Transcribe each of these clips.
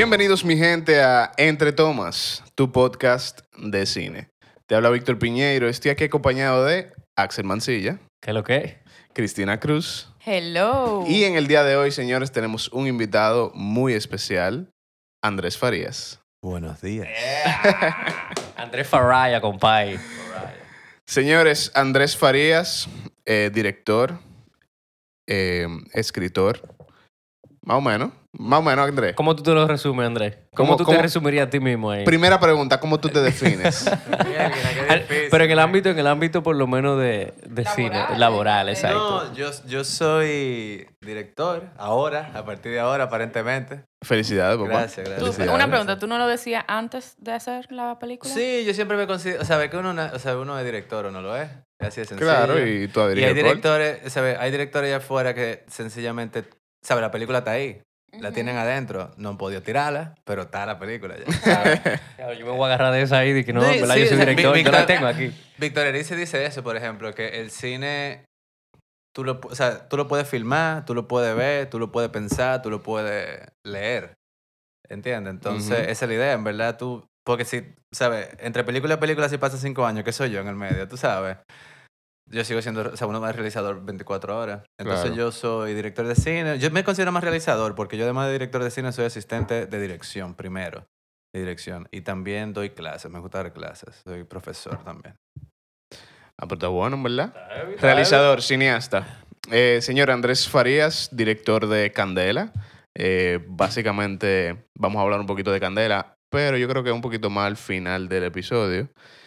Bienvenidos mi gente a Entre Tomas, tu podcast de cine. Te habla Víctor Piñeiro, estoy aquí acompañado de Axel Mancilla. ¿Qué es lo que es? Cristina Cruz. Hello. Y en el día de hoy, señores, tenemos un invitado muy especial, Andrés Farías. Buenos días. Andrés Faraya, compay. Señores, Andrés Farías, director, escritor, más o menos, Andrés. ¿Cómo tú te lo resumes, Andrés? ¿Cómo tú te resumirías a ti mismo ahí? Primera pregunta, ¿cómo tú te defines? Pero en el ámbito por lo menos de cine, laboral, exacto. No, yo soy director ahora, a partir de ahora, aparentemente. Felicidades, papá. Gracias. Felicidades. Una pregunta, ¿tú no lo decías antes de hacer la película? Sí, yo siempre me considero, ¿sabes que uno es director o no lo es? Es así de sencillo. Claro, y tú Y hay directores, ¿sabes? Hay directores allá afuera que sencillamente, ¿sabes? La película está ahí. La tienen adentro. No han podido tirarla, pero está la película ya. ¿sabes? Claro, yo me voy a agarrar de esa ahí de que no, Sí, ¿verdad? sí, Yo soy o sea, director, yo Víctor- la tengo aquí. Víctor Erice dice eso, por ejemplo, que el cine, tú lo puedes filmar, tú lo puedes ver, tú lo puedes pensar, tú lo puedes leer. ¿Entiendes? Entonces, Ujú. esa es la idea, en verdad, tú... Porque si, ¿sabes? Entre película y película si pasa 5 años, ¿qué soy yo en el medio? Tú sabes. Yo sigo siendo, o sea, uno más realizador 24 horas. Entonces Claro. yo soy director de cine. Yo me considero más realizador porque yo además de director de cine soy asistente de dirección primero. De dirección. Y también doy clases. Me gusta dar clases. Soy profesor también. Ah, pero está bueno, en verdad. Realizador, cineasta. Señor Andrés Farías, director de Candela. Básicamente vamos a hablar un poquito de Candela, pero yo creo que un poquito más al final del episodio.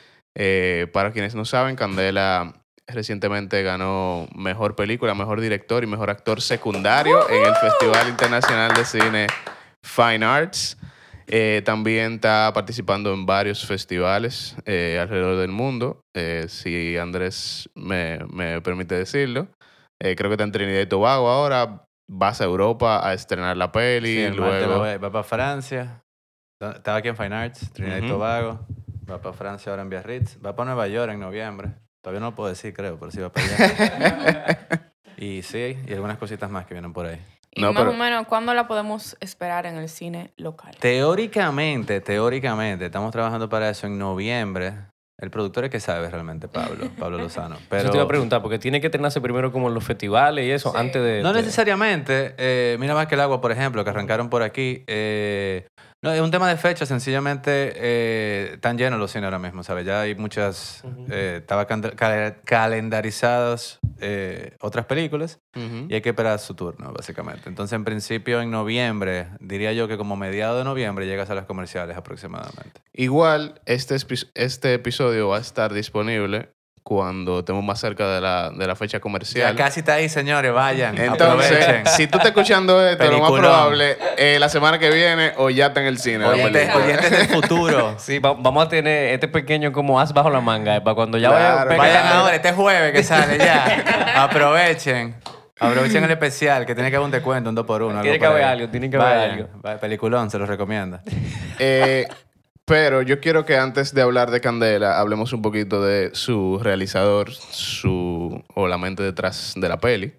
Para quienes no saben, Candela recientemente ganó Mejor Película, Mejor Director y Mejor Actor Secundario en el Festival Internacional de Cine Fine Arts. También está participando en varios festivales alrededor del mundo, si Andrés me permite decirlo. Creo que está en Trinidad y Tobago ahora. Vas a Europa a estrenar la peli. Sí, el martes luego... va para Francia. Estaba aquí en Fine Arts, Trinidad y Ujú. Tobago. Va para Francia ahora en Biarritz. Va para Nueva York en noviembre. Todavía no lo puedo decir, creo, pero sí va para allá. Y sí, y algunas cositas más que vienen por ahí. Y No, más pero- o menos, ¿cuándo la podemos esperar en el cine local? Teóricamente, estamos trabajando para eso en noviembre. El productor es que sabe realmente, Pablo Lozano. Pero Eso te iba a preguntar, porque tiene que tenerse primero como en los festivales y eso, antes de... no necesariamente. Mira más que el agua, por ejemplo, que arrancaron por aquí. No, es un tema de fecha, sencillamente están llenos los cines ahora mismo, ¿sabes? Ya hay muchas... Estaba calendarizadas otras películas Ujú. y hay que esperar su turno, básicamente. Entonces, en principio, en noviembre, diría yo que como mediados de noviembre llegas a las comerciales aproximadamente. Igual, este episodio va a estar disponible cuando estemos más cerca de la fecha comercial. Ya casi está ahí, señores, vayan. Entonces, aprovechen. si tú estás escuchando esto, lo más Peliculón. probable, la semana que viene o ya está en el cine. la película. Oyentes del futuro. Sí, vamos a tener este pequeño como as bajo la manga, para cuando ya Claro, vaya... Vayan ahora, este jueves que sale ya. Aprovechen. Aprovechen el especial, que tiene que haber un descuento, un 2x1. Tiene que haber algo, tiene que haber algo. Peliculón, se los recomiendo. Pero yo quiero que antes de hablar de Candela, hablemos un poquito de su realizador, o la mente detrás de la peli.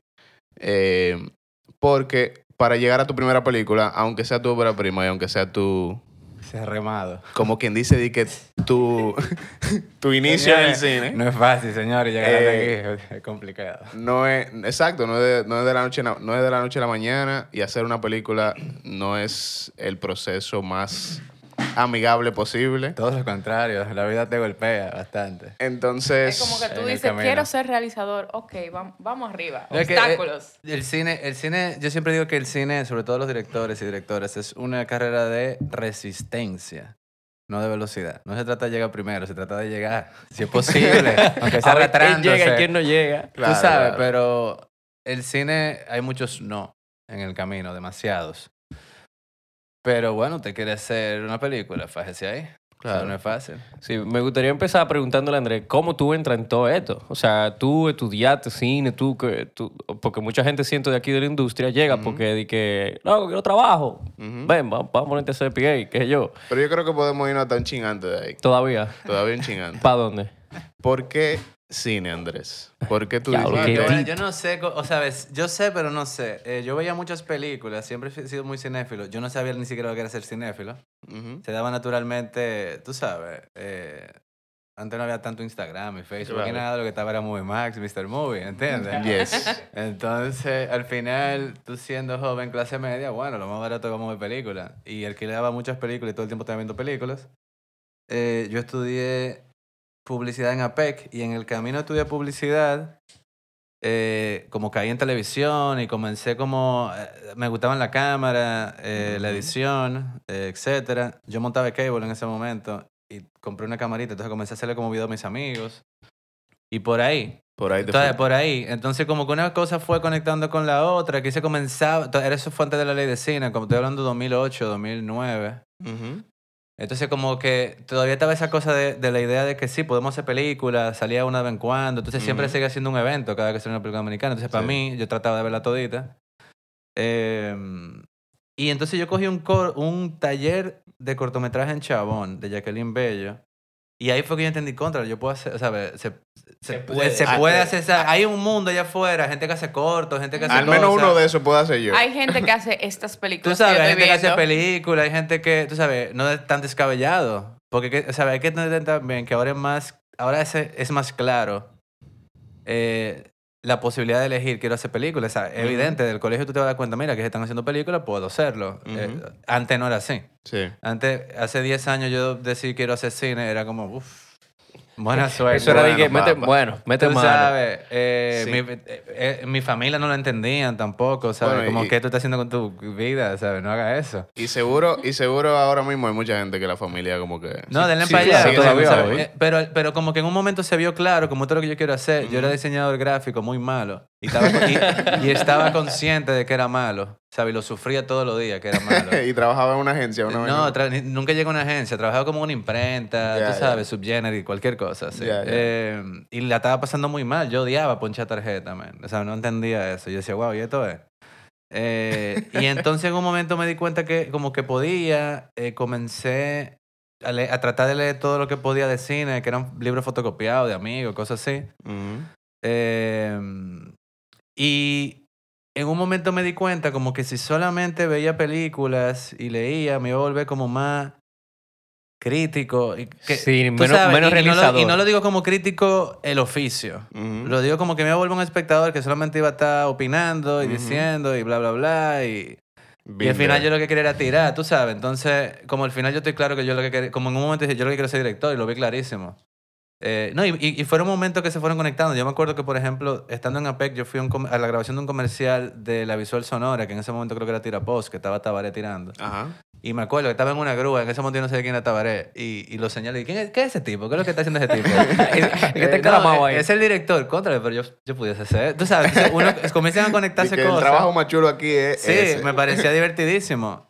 Porque para llegar a tu primera película, aunque sea tu ópera prima y aunque sea tu... Se ha remado. Como quien dice, di que tu inicio en el cine. No es fácil, señores, llegar hasta aquí es complicado. No es, exacto, no es de la noche, no es de la noche a la mañana, y hacer una película no es el proceso más amigable posible. Todo lo contrario, la vida te golpea bastante. Entonces, Es como que tú en el dices, camino. quiero ser realizador. Ok, vamos arriba. Es que, Obstáculos. el cine, yo siempre digo que el cine, sobre todo los directores y directoras, es una carrera de resistencia, no de velocidad. No se trata de llegar primero, se trata de llegar, si es posible, aunque sea A ver quién arrastrándose. llega y quién no llega. Claro, Tú sabes, claro. pero el cine hay muchos no en el camino, demasiados. Pero bueno, te quieres hacer una película, fájese ahí. Claro. O sea, no es fácil. Sí, me gustaría empezar preguntándole a Andrés, ¿cómo tú entras en todo esto? O sea, tú estudiaste cine, porque mucha gente siento de aquí de la industria llega porque di que, no, yo trabajo. Ujú. Ven, vamos a ponerte a CPA, qué sé yo. Pero yo creo que podemos irnos hasta un ching antes de ahí. Todavía. Todavía un ching antes. ¿Para dónde? ¿Por qué cine, Andrés? ¿Por qué tú Ya, dices ok. que- Bueno, yo no sé, o sea, yo sé, pero no sé. Yo veía muchas películas, siempre he sido muy cinéfilo. Yo no sabía ni siquiera lo que era ser cinéfilo. Ujú. Se daba naturalmente, tú sabes, antes no había tanto Instagram y Facebook, Claro. y nada, lo que estaba era Movie Max, Mr. Movie, ¿entiendes? Yes. Entonces, al final, tú siendo joven, clase media, bueno, lo más barato es vamos a ver películas. Y alquilaba muchas películas y todo el tiempo estaba viendo películas. Yo estudié publicidad en APEC y en el camino de estudiar publicidad, como caí en televisión y comencé como... me gustaban la cámara, la edición, etcétera. Yo montaba cable en ese momento y compré una camarita, entonces comencé a hacerle como video a mis amigos. Y por ahí, Por ahí te entonces, fue. por ahí. Entonces, como que una cosa fue conectando con la otra, que se comenzaba... Eso fue antes de la ley de cine, como estoy hablando de 2008, 2009. Ujú. Entonces, como que todavía estaba esa cosa de la idea de que sí, podemos hacer películas, salía una de vez en cuando. Entonces, siempre Ujú. seguía haciendo un evento cada vez que salía una película americana. Entonces, para Sí. mí, yo trataba de verla todita. Y entonces yo cogí un taller de cortometraje en Chabón, de Jacqueline Bello. Y ahí fue que yo entendí contra, yo puedo hacer, o sea, se puede hacer, hay un mundo allá afuera, gente que hace cortos, gente que hace Al menos cosas. uno de esos puedo hacer yo. Hay gente que hace estas Tú películas sabes, que hay yo gente estoy que hace viendo. películas, hay gente que, tú sabes, no es tan descabellado. Porque, ¿sabes? Hay que entender también que ahora es más claro la posibilidad de elegir, quiero hacer películas. O sea, evidente, del colegio tú te vas a dar cuenta, mira, que se están haciendo películas, puedo hacerlo. Ujú. Antes no era así. Sí. Antes, hace 10 años yo decidí quiero hacer cine, era como, uff, buena suerte. Eso era de que, Bueno, papá. mete Tú mano. sabes, Sí. mi familia no lo entendían tampoco, ¿sabes? Bueno, Como, y- ¿qué tú estás haciendo con tu vida? ¿Sabes? No hagas eso. Y seguro ahora mismo hay mucha gente que la familia como que... No, denle sí, para sí, allá. sigue todavía siendo hoy. ¿sabes? Pero como que en un momento se vio claro, como todo lo que yo quiero hacer, yo era diseñador gráfico muy malo y estaba consciente de que era malo, ¿sabes? Y lo sufría todos los días que era malo. Y trabajaba en una agencia. Una No, vaina. nunca llegué a una agencia, trabajaba como una imprenta, Ya, tú ya. sabes, subgenery, cualquier cosa, así. Ya, ya. Y la estaba pasando muy mal, yo odiaba ponchar tarjeta, man. O sea, no entendía eso. Yo decía, wow, ¿y esto es? Y entonces en un momento me di cuenta que como que podía, comencé a tratar de leer todo lo que podía de cine, que eran libros fotocopiados de amigos, cosas así. Ujú. Y en un momento me di cuenta como que si solamente veía películas y leía, me iba a volver como más crítico. Y que, Sí, tú menos sabes, y no realizador. lo digo como crítico el oficio. Ujú. Lo digo como que me iba a volver un espectador que solamente iba a estar opinando y Ujú. diciendo y bla, bla, bla. Y al Been final there. yo lo que quería era tirar, tú sabes. Entonces, como al final yo estoy claro que yo lo que quería, como en un momento dije, yo lo que quiero es ser director y lo vi clarísimo. No, y fueron momentos que se fueron conectando. Yo me acuerdo que, por ejemplo, estando en APEC, yo fui a la grabación de un comercial de la Visual Sonora, que en ese momento creo que era Tirapost, que estaba Tabaré tirando. Ajá. Y me acuerdo que estaba en una grúa, en ese momento yo no sé de quién era Tabaré, y lo señalé. Y, ¿qué es ese tipo? ¿Qué es lo que está haciendo ese tipo? que está encaramado ahí. Es el director, contra, pero yo pudiese ser. Tú sabes, uno comienzan a Y conectarse que el cosas. trabajo más chulo aquí es Sí, ese. me parecía divertidísimo.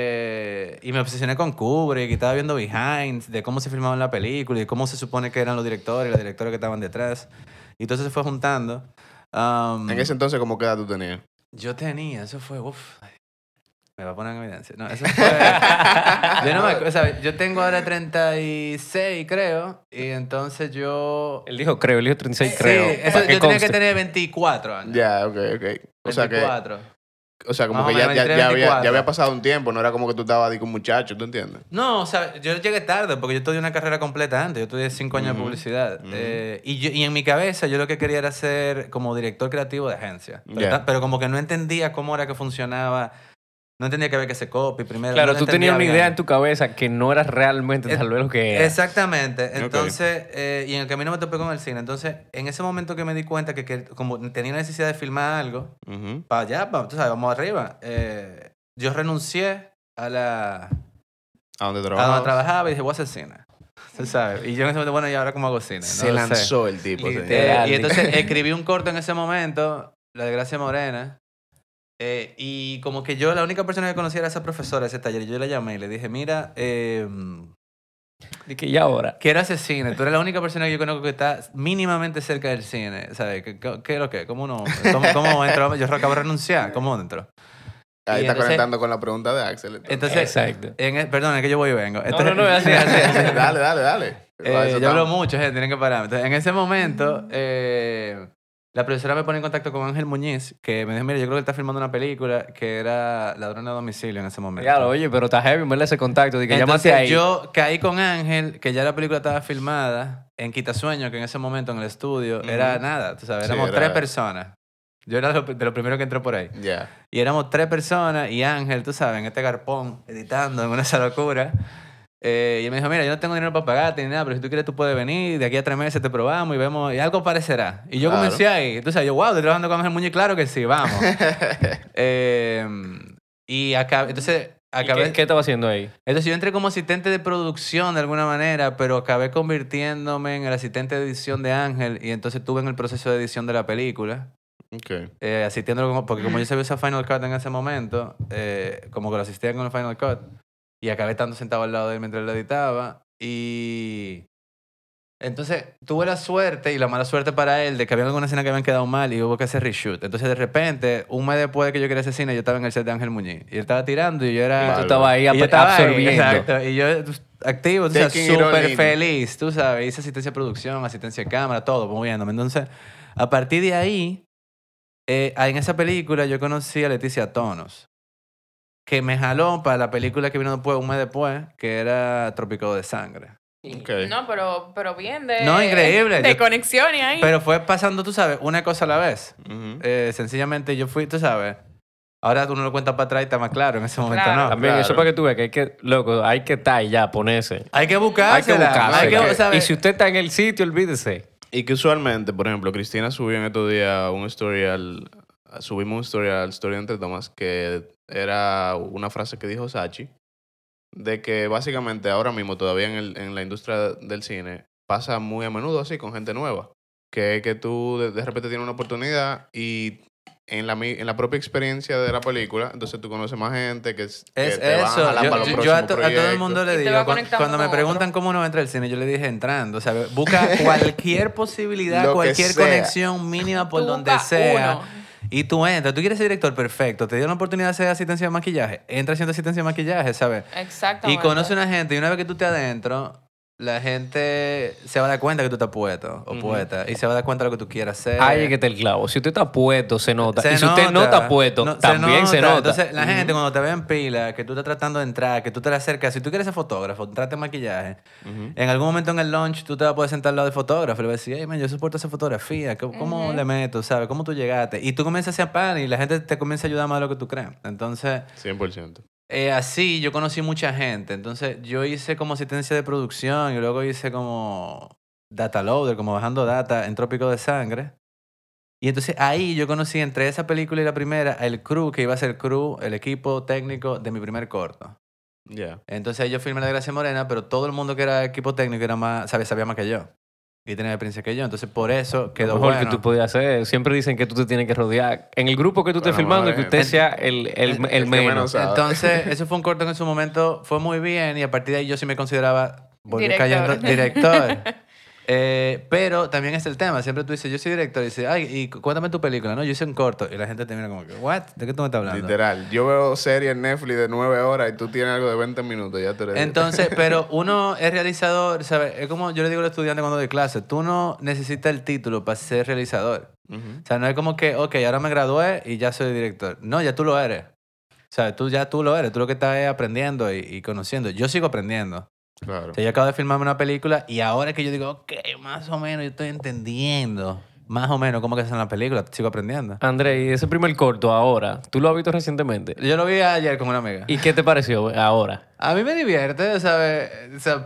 Y me obsesioné con Kubrick y estaba viendo behinds de cómo se filmaba la película y cómo se supone que eran los directores y las directoras que estaban detrás. Y entonces se fue juntando. En ese entonces, ¿cómo qué edad tú tenías? Yo tenía, eso fue, me va a poner en evidencia. No, eso fue... yo no me acuerdo, o sea, yo tengo ahora 36, creo, y entonces yo... Él dijo creo, él dijo 36 Sí, creo. eso, para que yo tenía que conste. tener 24 años. Ya, ok. O sea, 24. como Más que o menos, ya 23, 24. había pasado un tiempo. No era como que tú estabas ahí con un muchacho, ¿tú entiendes? No, o sea, yo llegué tarde porque yo estudié una carrera completa antes. Yo estudié 5 años de Ujú, publicidad. ujú. Y en mi cabeza yo lo que quería era ser como director creativo de agencia. Pero, Ya. pero como que no entendía cómo era que funcionaba. No entendía que había que hacer copy primero. Claro, no tú lo tenías una entendía idea bien. en tu cabeza que no era realmente tal vez lo que era. Exactamente. Entonces, y en el camino me topé con el cine. Entonces, en ese momento que me di cuenta que como tenía necesidad de filmar algo, Ujú. para allá, tú sabes, vamos arriba. Yo renuncié a ¿A dónde a trabajabas? donde trabajaba y dije, voy a hacer cine. Tú sabes. Y yo en ese momento, bueno, ¿y ahora cómo hago cine? Se No lo sé. lanzó el tipo. señor. Literal. Y entonces escribí un corto en ese momento, La Desgracia Morena. Y como que yo, la única persona que conocía era esa profesora de ese taller. Y yo la llamé y le dije, mira, Y que ya ahora. quiero hacer cine. Tú eres la única persona que yo conozco que está mínimamente cerca del cine. ¿Sabes? ¿Qué es lo que? ¿Cómo no? ¿Cómo entro? Yo acabo de renunciar. ¿Cómo entro? Ahí Y está entonces- conectando con la pregunta de Axel. Entonces, Exacto. perdón, es que yo voy y vengo. No, es así, es así. Dale. Yo hablo mucho, gente, tienen que pararme. Entonces, en ese momento, la profesora me pone en contacto con Ángel Muñiz, que me dijo, mira, yo creo que él está filmando una película que era Ladrona a domicilio en ese momento. Claro, oye, pero está heavy, me ese contacto. De que Entonces llámate ahí. yo caí con Ángel, que ya la película estaba filmada en Quitasueño, que en ese momento en el estudio era nada, tú sabes, Sí, éramos era- 3 personas. Yo era de lo primero que entró por ahí. Ya. Y éramos 3 personas y Ángel, tú sabes, en este garpón, editando en una esa locura. Y él me dijo, mira, yo no tengo dinero para pagarte ni nada, pero si tú quieres tú puedes venir, de aquí a 3 meses te probamos y vemos, y algo parecerá. Y yo Claro. comencé ahí, tú sabes, yo, wow, estoy trabajando con Ángel Muñiz, claro que sí, vamos. Y entonces ¿Y acabé... ¿Qué estaba haciendo ahí? Entonces yo entré como asistente de producción de alguna manera, pero acabé convirtiéndome en el asistente de edición de Ángel y entonces estuve en el proceso de edición de la película, Ok. asistiéndolo, porque como yo sabía usar Final Cut en ese momento, como que lo asistía con el Final Cut y acabé estando sentado al lado de él mientras él lo editaba y... Entonces tuve la suerte y la mala suerte para él de que había algunas escenas que habían quedado mal y hubo que hacer reshoot. Entonces de repente, un mes después de que yo quería ese cine, yo estaba en el set de Ángel Muñiz y él estaba tirando y yo era... Y tú estabas ahí Y yo estaba ahí, absorbiendo. exacto. Y yo activo, tú sabes, Taking it all súper in. feliz, tú sabes. Hice asistencia de producción, asistencia de cámara, todo, moviéndome. Entonces, a partir de ahí, en esa película yo conocí a Leticia Tonos, que me jaló para la película que vino después, un mes después, que era Trópico de Sangre. Ok. No, pero bien de... No, increíble. De Yo- conexiones ahí. Pero fue pasando, tú sabes, una cosa a la vez. Ujú. Sencillamente yo fui, tú sabes, ahora tú no lo cuentas para atrás y está más claro, en ese momento Claro. no. También, claro. eso para que tú veas que hay que, loco, hay que estar y ya, ponerse. Hay que Hay que buscársela. buscarse. Hay que, ¿sabes? Y si usted está en el sitio, olvídese. Y que usualmente, por ejemplo, Cristina subió en estos días un story subimos un story al Story Entre Tomas que era una frase que dijo Sachi de que básicamente ahora mismo todavía en la industria del cine pasa muy a menudo así con gente nueva. Que tú de repente tienes una oportunidad y en la propia experiencia de la película, entonces tú conoces más gente que Es te van a eso. jalar para los Yo próximos a todo el proyectos. mundo le Y te digo, va conectando cuando me con preguntan otro. cómo uno entra al cine, yo le dije entrando. O sea, busca cualquier posibilidad, Lo que cualquier sea. conexión mínima por Tú donde busca sea. uno. Y tú entras. Tú quieres ser director, perfecto. Te dieron la oportunidad de hacer asistencia de maquillaje. Entra haciendo asistencia de maquillaje, ¿sabes? Y Exactamente. conoce una gente. Y una vez que tú te adentro, la gente se va a dar cuenta que tú estás puesto o puesta. Y se va a dar cuenta de lo que tú quieras hacer. Ahí es que está el clavo. Si usted está puesto, se nota. Se y si usted no nota. está puesto, No, también se nota. Entonces, la gente cuando te ve en pila, que tú estás tratando de entrar, que tú te le acercas, si tú quieres ser fotógrafo, trate maquillaje, en algún momento en el lunch tú te vas a poder sentar al lado del fotógrafo y le vas a decir, hey, man, yo soporto hacer fotografía, ¿cómo le meto, sabes? ¿Cómo tú llegaste? Y tú comienzas a hacer pan y la gente te comienza a ayudar más de lo que tú crees. Entonces, 100%. así yo conocí mucha gente. Entonces, yo hice como asistencia de producción y luego hice como data loader, como bajando data en Trópico de Sangre. Y entonces ahí yo conocí entre esa película y la primera el crew, que iba a ser crew, el equipo técnico de mi primer corto. Ya. Entonces ahí yo filmé La Gracia Morena, pero todo el mundo que era equipo técnico era más, sabía más que yo. Y tenía experiencia que yo. Entonces por eso quedó Lo mejor bueno. que tú podías hacer. Siempre dicen que tú te tienes que rodear. En el grupo que tú estés Bueno, filmando, madre. que usted sea el que menos. menos sabe. Entonces, eso fue un corto que en su momento fue muy bien y a partir de ahí yo sí me consideraba, volví Director. cayendo, director. Pero también es el tema. Siempre tú dices, yo soy director. Y dices, ay, y cuéntame tu película. No, yo hice un corto. Y la gente te mira como que, ¿what? ¿De qué tú me estás hablando? Literal. Yo veo series en Netflix de 9 horas y tú tienes algo de 20 minutos. Ya te lo digo. Entonces, pero uno es realizador, ¿sabes? Es como yo le digo a los estudiantes cuando doy clase, tú no necesitas el título para ser realizador. Ujú. O sea, no es como que, ok, ahora me gradué y ya soy director. No, ya tú lo eres. O sea, tú lo eres. Tú lo que estás es aprendiendo y conociendo. Yo sigo aprendiendo. Claro. O sea, yo acabo de filmarme una película y ahora que yo digo, ok, más o menos yo estoy entendiendo más o menos cómo que es en la película, sigo aprendiendo. André, y ese primer corto ahora, ¿tú lo has visto recientemente? Yo lo vi ayer con una amiga. ¿Y qué te pareció ahora? A mí me divierte, ¿sabes? O sea,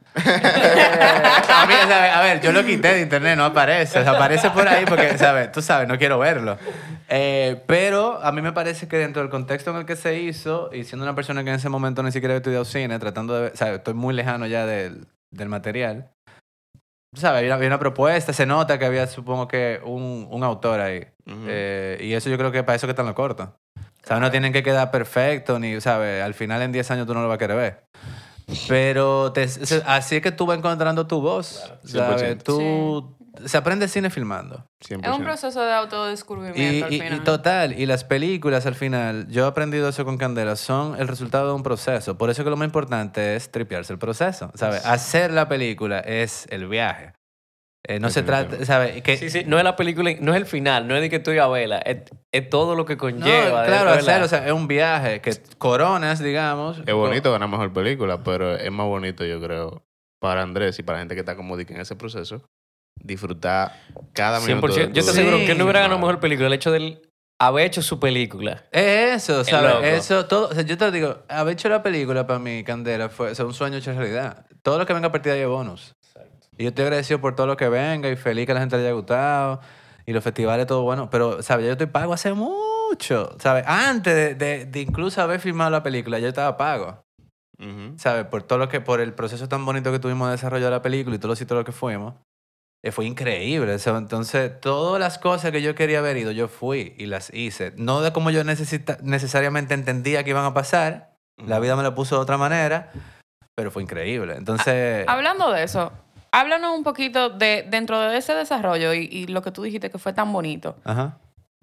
a mí, ¿sabes? A ver, yo lo quité de internet, no aparece. O sea, aparece por ahí porque, ¿sabes? Tú sabes, no quiero verlo. Pero a mí me parece que dentro del contexto en el que se hizo, y siendo una persona que en ese momento ni siquiera había estudiado cine, tratando de... ¿Sabes? Estoy muy lejano ya del material. ¿Sabes? Había una propuesta, se nota que había, supongo que, un autor ahí. Ujú. Y eso yo creo que para eso que están los cortos. ¿Sabes? No tienen que quedar perfectos, ni, ¿sabes? Al final en 10 años tú no lo vas a querer ver. Pero así es que tú vas encontrando tu voz. ¿Sabes? 100%. Tú se aprende cine filmando. 100%. Es un proceso de autodescubrimiento al final. Y total, y las películas al final, yo he aprendido eso con Candela, son el resultado de un proceso. Por eso que lo más importante es tripearse el proceso, ¿sabes? Hacer la película es el viaje. No se trata, ¿sabes? Que, Sí, no es la película, no es el final, no es de que estoy a vela, es todo lo que no, conlleva. claro, de verdad. hacer, o sea, es un viaje que coronas, digamos. Es bonito ganar mejor película, pero es más bonito, yo creo, para Andrés y para la gente que está como en ese proceso, disfrutar cada minuto. 100%. Yo te Sí, aseguro que él no hubiera ganado mano. mejor película, el hecho de él haber hecho su película. Es eso, Es ¿sabes? loco. Eso, todo. O sea, yo te lo digo, haber hecho la película para mí, Candela, fue, o sea, un sueño hecho realidad. Todo lo que venga a partir de ahí es bonus. Y yo estoy agradecido por todo lo que venga y feliz que a la gente le haya gustado. Y los festivales, todo bueno. Pero, ¿sabes? Ya yo estoy pago hace mucho, ¿sabes? Antes de incluso haber filmado la película, yo estaba pago. Ujú. ¿Sabes? Por todo lo que, por el proceso tan bonito que tuvimos de desarrollar la película y todos los sitios a los que fuimos. Fue increíble. O sea, entonces, todas las cosas que yo quería haber ido, yo fui y las hice. No de como yo necesariamente entendía que iban a pasar. La vida me lo puso de otra manera, pero fue increíble. Entonces... Hablando de eso, háblanos un poquito de dentro de ese desarrollo y lo que tú dijiste que fue tan bonito. Ajá.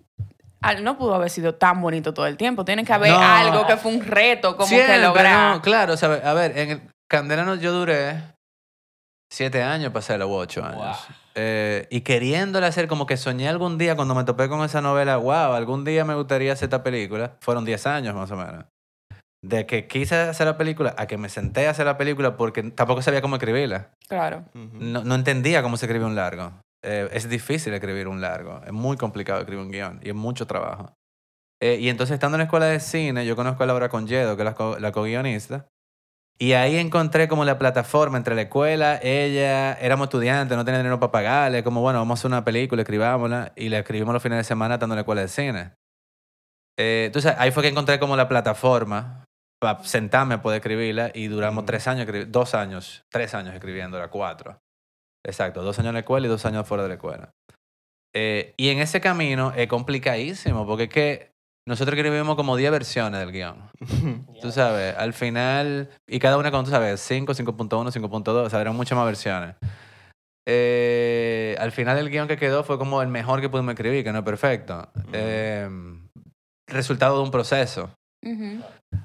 No pudo haber sido tan bonito todo el tiempo. Tiene que haber No. algo que fue un reto, como Siempre, que lograr. no, claro, ¿sabes? A ver, en el Candela yo duré 7 años para hacerlo, 8 años. Y queriéndole hacer como que soñé algún día cuando me topé con esa novela, wow, algún día me gustaría hacer esta película. Fueron 10 años más o menos. De que quise hacer la película a que me senté a hacer la película porque tampoco sabía cómo escribirla. Claro. No entendía cómo se escribe un largo. Es difícil escribir un largo. Es muy complicado escribir un guión y es mucho trabajo. Y entonces, estando en la escuela de cine, yo conozco a Laura Congedo, que es la co-guionista. Y ahí encontré como la plataforma entre la escuela, ella, éramos estudiantes, no tenía dinero para pagarle, como bueno, vamos a hacer una película, escribámosla, y la escribimos los fines de semana estando en la escuela de cine. Entonces ahí fue que encontré como la plataforma para sentarme a poder escribirla y duramos 3 años, 2 años, 3 años escribiéndola, 4. Exacto, 2 años en la escuela y 2 años fuera de la escuela. Y en ese camino es complicadísimo porque es que nosotros escribimos como 10 versiones del guión. Tú sabes, al final, y cada una con, tú sabes, 5, 5.1, 5.2, o sea, eran muchas más versiones. Al final el guión que quedó fue como el mejor que pudimos escribir, que no es perfecto. Resultado de un proceso. Ujú.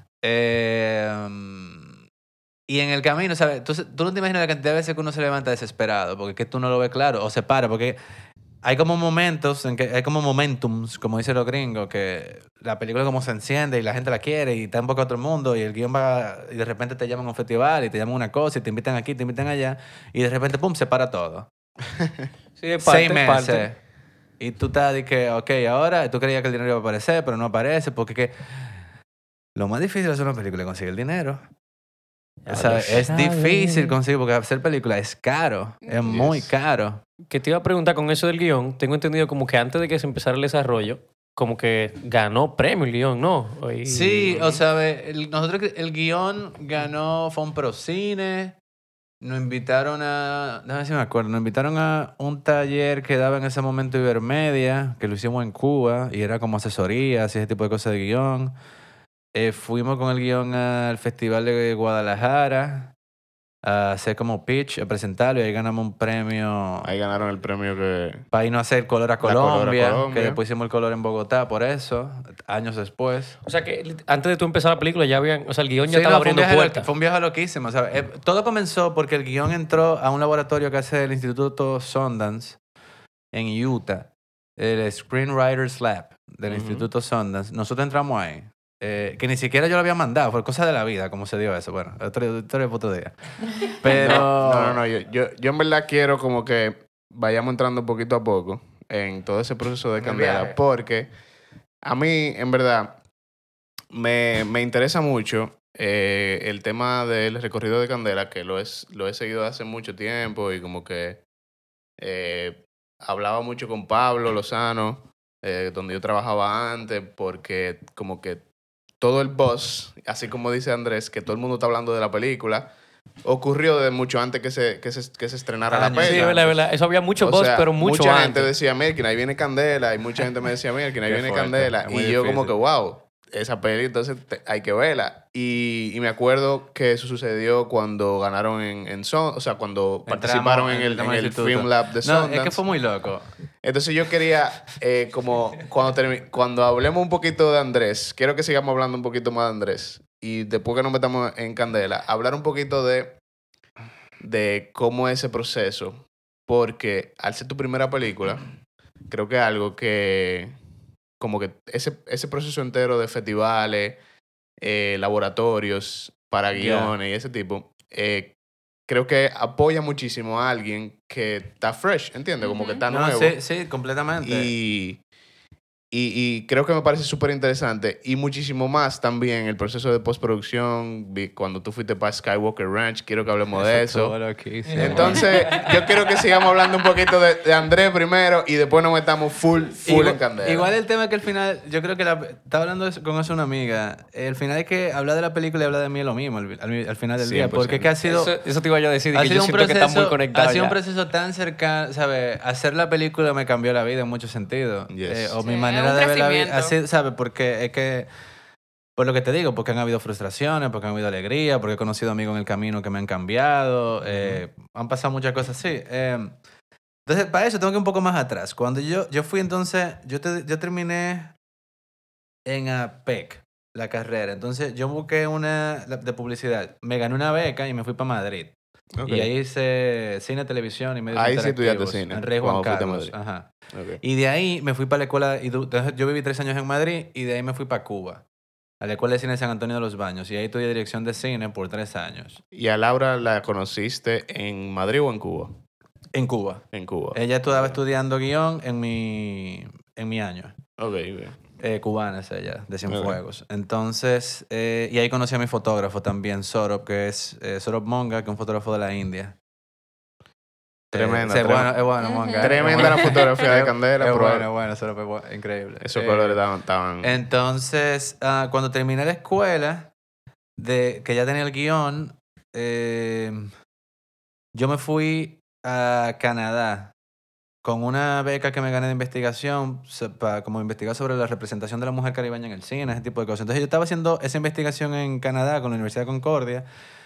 Y en el camino, ¿sabes? Tú no te imaginas la cantidad de veces que uno se levanta desesperado, porque es que tú no lo ves claro, o se para, porque hay como momentos, en que hay como momentums, como dicen los gringos, que la película como se enciende y la gente la quiere y está un poco a otro mundo y el guión va, y de repente te llaman a un festival y te llaman a una cosa y te invitan aquí, te invitan allá y de repente, pum, se para todo. Sí, es 6 meses. parte. Y tú estás de que, ok, ahora tú creías que el dinero iba a aparecer, pero no aparece porque que lo más difícil de hacer una película es conseguir el dinero. O sea, es difícil conseguir porque hacer película es caro, es muy caro. Que te iba a preguntar con eso del guión, tengo entendido como que antes de que se empezara el desarrollo, como que ganó premio el guión, ¿no? Y- Sí, o sea, nosotros el guión ganó, fue un Procine, nos invitaron a, déjame ver si me acuerdo, nos invitaron a un taller que daba en ese momento Ibermedia, que lo hicimos en Cuba, y era como asesorías y ese tipo de cosas de guión. Fuimos con el guión al Festival de Guadalajara a hacer como pitch, a presentarlo, y ahí ganamos un premio Ahí ganaron el premio que... para irnos a hacer Color a Color a Colombia, Colombia. que después hicimos el color en Bogotá por eso, años después. O sea que antes de tú empezar la película ya habían, o sea, el guión ya Sí, estaba no, fue un abriendo viaje puertas. fue un viaje loquísimo. ¿Sabes? Todo comenzó porque el guión entró a un laboratorio que hace el Instituto Sundance en Utah, el Screenwriters Lab del Instituto Sundance. Nosotros entramos ahí. Que ni siquiera yo lo había mandado, fue cosa de la vida, como se dio eso. Bueno, historia para otro día. Pero... No. Yo en verdad quiero como que vayamos entrando poquito a poco en todo ese proceso de En el Candela, viaje. porque a mí, en verdad, me interesa mucho el tema del recorrido de Candela, que lo he seguido hace mucho tiempo y como que hablaba mucho con Pablo Lozano, donde yo trabajaba antes, porque como que todo el buzz, así como dice Andrés, que todo el mundo está hablando de la película, ocurrió de mucho antes que se estrenara la Años. película. Sí, es verdad. Eso había mucho O buzz, sea, pero mucho mucha antes. gente decía, Mirkin, ahí viene Candela, y mucha gente me decía, Mirkin, ahí Qué viene fuerte, Candela. es muy Y yo como difícil. que, wow, esa peli, entonces hay que verla. Y me acuerdo que eso sucedió cuando ganaron en o sea, cuando participaron en entramos al el instituto. Film Lab de No, Sundance. es que fue muy loco. Entonces yo quería, como cuando hablemos un poquito de Andrés, quiero que sigamos hablando un poquito más de Andrés. Y después que nos metamos en Candela, hablar un poquito de cómo es ese proceso. Porque al ser tu primera película, creo que algo que, como que ese proceso entero de festivales, laboratorios para guiones y ese tipo, creo que apoya muchísimo a alguien que está fresh, ¿entiendes? Como que está No, nuevo. sí, completamente. Y creo que me parece súper interesante. Y muchísimo más también el proceso de postproducción. Cuando tú fuiste para Skywalker Ranch, quiero que hablemos de eso. Todo lo que hice. Entonces, yo quiero que sigamos hablando un poquito de Andrés primero y después nos metamos full en Candela. Igual el tema es que al final, yo creo que estaba hablando con eso una amiga. El final es que hablar de la película y hablar de mí es lo mismo al final del día. 100%. Porque es que ha sido. Eso te iba yo a decir, Ha que sido yo un siento que están muy proceso, conectados ha sido un ya. proceso tan cercano, ¿sabes? Hacer la película me cambió la vida en muchos sentidos. Yes. O mi Sí, manera un de ver la vida. crecimiento. Así, ¿sabes? Porque es que, por lo que te digo, porque han habido frustraciones, porque han habido alegría, porque he conocido amigos en el camino que me han cambiado. Han pasado muchas cosas así. Entonces, para eso tengo que ir un poco más atrás. Cuando yo fui entonces, yo terminé en APEC, la carrera. Entonces, yo busqué una de publicidad. Me gané una beca y me fui para Madrid. Ok. Y ahí hice cine, televisión y medios Ahí sí interactivos. estudiaste cine, En Rey Juan cuando fuiste a Carlos. Madrid. Ajá. Ok. Y de ahí me fui para la escuela. Entonces, yo viví 3 años en Madrid y de ahí me fui para Cuba. A la Escuela de Cine de San Antonio de los Baños. Y ahí estudié dirección de cine por 3 años. ¿Y a Laura la conociste en Madrid o en Cuba? En Cuba. En Cuba. Ella estaba estudiando guión en mi año. Ok, bien. Cubana es ella, de Cienfuegos. Ok. Entonces, y ahí conocí a mi fotógrafo también, Sorop, que es Sorop Monga, que es un fotógrafo de la India. Tremenda, sí, tremenda. es bueno, Monga. Tremenda la fotografía de Candela, Es pero bueno, Sorop es bueno, increíble. esos colores estaban... Entonces, cuando terminé la escuela, que ya tenía el guión, yo me fui a Canadá con una beca que me gané de investigación para como investigar sobre la representación de la mujer caribeña en el cine, ese tipo de cosas. Entonces yo estaba haciendo esa investigación en Canadá con la Universidad de Concordia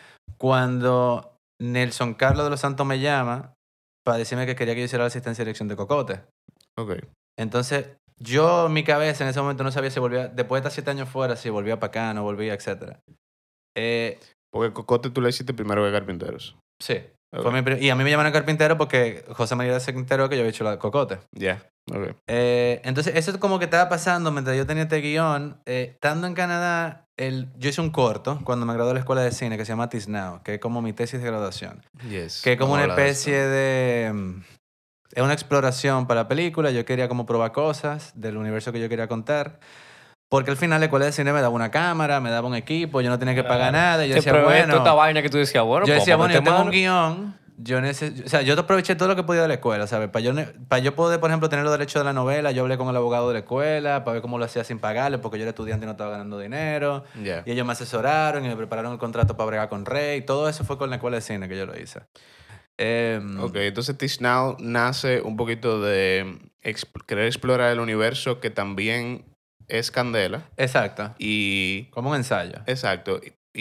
cuando Nelson Carlos de los Santos me llama para decirme que quería que yo hiciera la asistencia de dirección de Cocote. Ok. Entonces yo en mi cabeza en ese momento no sabía si volvía, después de estar 7 años fuera, si volvía para acá, no volvía, etc. Porque Cocote tú le hiciste primero que Carpinteros. Sí. Ok. Y a mí me llaman a carpintero porque José María se enteró que yo había hecho la Cocote. Ya. Ok. Entonces, eso es como que estaba pasando mientras yo tenía este guión. Estando en Canadá, yo hice un corto cuando me gradué de la escuela de cine que se llama Tisnao, que es como mi tesis de graduación. Yes. Que es como Vamos una a hablar de especie eso. de... Es una exploración para la película. Yo quería como probar cosas del universo que yo quería contar. Porque al final la escuela de cine me daba una cámara, me daba un equipo, yo no tenía que pagar nada. Y yo Te decía, probé bueno... toda esta vaina que tú decías, bueno, Yo decía, pues, bueno, yo tengo mano. un guión, o sea, yo aproveché todo lo que podía de la escuela, ¿sabes? Para yo poder, por ejemplo, tener los derechos de la novela, yo hablé con el abogado de la escuela para ver cómo lo hacía sin pagarle, porque yo era estudiante y no estaba ganando dinero. Ya. Y ellos me asesoraron y me prepararon el contrato para bregar con Rey. Todo eso fue con la escuela de cine que yo lo hice. Ok, entonces Teach Now nace un poquito de querer explorar el universo que también es Candela. Exacto. Y... Como un ensayo. Exacto.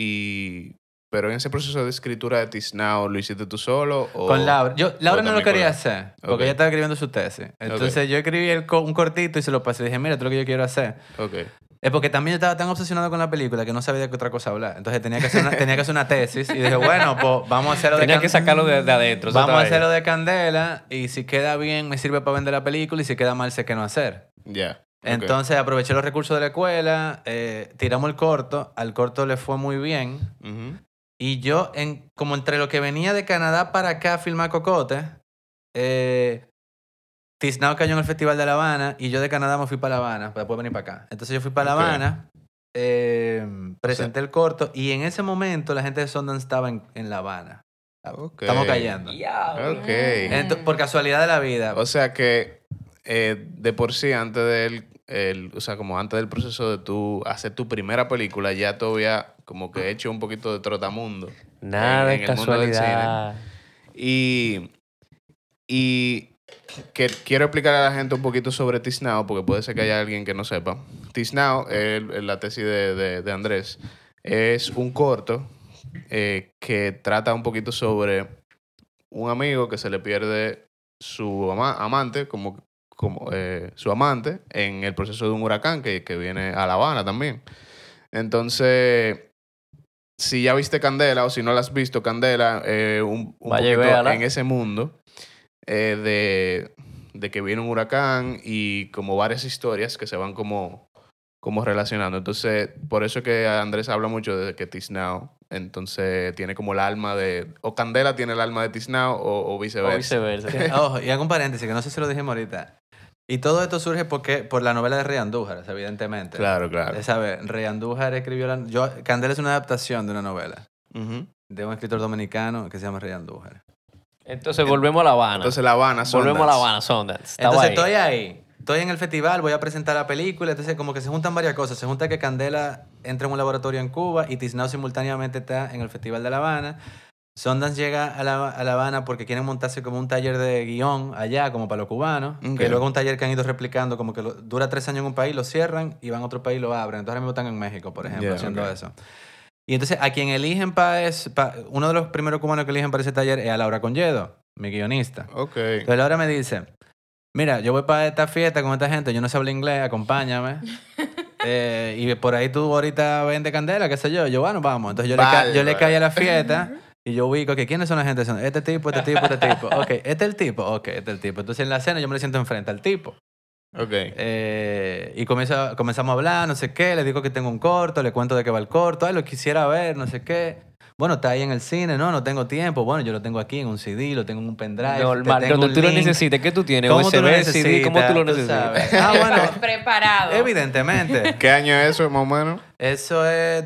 Pero en ese proceso de escritura de Teach Now, ¿lo hiciste tú solo? O, Con Laura. Laura o no lo también quería con- hacer, porque Ok. ella estaba escribiendo su tesis. Entonces yo escribí un cortito y se lo pasé. Dije, mira, esto es lo que yo quiero hacer. Ok. Es porque también yo estaba tan obsesionado con la película que no sabía de qué otra cosa hablar. Entonces tenía que hacer una tesis y dije, bueno, pues vamos a hacerlo Tenía que sacarlo de adentro. eso Vamos a estaba ahí. hacerlo de Candela y si queda bien me sirve para vender la película y si queda mal sé qué no hacer. Ya. Ok. Entonces aproveché los recursos de la escuela, tiramos el corto, al corto le fue muy bien Ujú. y yo, como entre lo que venía de Canadá para acá a filmar Cocote, Tisnao cayó en el Festival de La Habana y yo de Canadá me fui para La Habana para después venir para acá. Entonces yo fui para La Ok. Habana, presenté el corto y en ese momento la gente de Sundance estaba en La Habana. Ok. Estamos cayendo. Ok. Por casualidad de la vida. O sea que de por sí, antes o sea, como antes del proceso de tú hacer tu primera película, ya tú habías como que hecho un poquito de trotamundo. Nada en es el mundo del casualidad. Y quiero explicar a la gente un poquito sobre Tiznao, porque puede ser que haya alguien que no sepa. Tiznao, la tesis de Andrés, es un corto que trata un poquito sobre un amigo que se le pierde su amante, su amante, en el proceso de un huracán que viene a La Habana también. Entonces, si ya viste Candela o si no la has visto, Candela, un Vaya y poquito véala. en ese mundo de que viene un huracán y como varias historias que se van como relacionando. Entonces, por eso que Andrés habla mucho de que Tiznao, entonces tiene como el alma o Candela tiene el alma de Tiznao o O viceversa. viceversa. Ojo, y hago un paréntesis, que no sé si lo dijimos ahorita. Y todo esto surge por la novela de Rey Andújar, evidentemente. Claro, claro. ¿Sabes? Rey Andújar escribió Candela es una adaptación de una novela Ujú. de un escritor dominicano que se llama Rey Andújar. Entonces volvemos a La Habana. Entonces, La Habana, volvemos a La Sundance. Habana, Sundance. Estaba Entonces ahí. estoy ahí. Estoy en el festival, voy a presentar la película. Entonces como que se juntan varias cosas. Se junta que Candela entra en un laboratorio en Cuba y Tiznao simultáneamente está en el Festival de La Habana. Sundance llega a La Habana porque quieren montarse como un taller de guión allá, como para los cubanos. Ok. Que luego un taller que han ido replicando, como que dura 3 años en un país, lo cierran y van a otro país y lo abren. Entonces ahora mismo están en México, por ejemplo, Yeah, haciendo ok. eso. Y entonces a quien eligen uno de los primeros cubanos que eligen para ese taller es a Laura Conyedo, mi guionista. Ok. Entonces Laura me dice, mira, yo voy para esta fiesta con esta gente, yo no sé hablar inglés, acompáñame. Y por ahí tú ahorita vende Candela, qué sé yo. Yo, bueno, vamos. Entonces yo le caí a la fiesta y yo ubico que ¿quiénes son la gente? Son este tipo, este tipo, este tipo. Ok, este es el tipo. Ok, este es el tipo. Entonces en la cena yo me le siento enfrente al tipo. Ok. Y comenzamos a hablar, no sé qué. Le digo que tengo un corto, le cuento de qué va el corto. Ay, lo quisiera ver, no sé qué. Bueno, está ahí en el cine, no tengo tiempo. Bueno, yo lo tengo aquí en un CD, lo tengo en un pendrive. Normal, te tengo donde un tú lo link. necesites. ¿Qué tú tienes? ¿Cómo tú lo USB, CD, ¿cómo tú lo necesitas? necesitas? sabes? Ah, bueno, Preparado. evidentemente. ¿Qué año es eso, más o menos? Eso es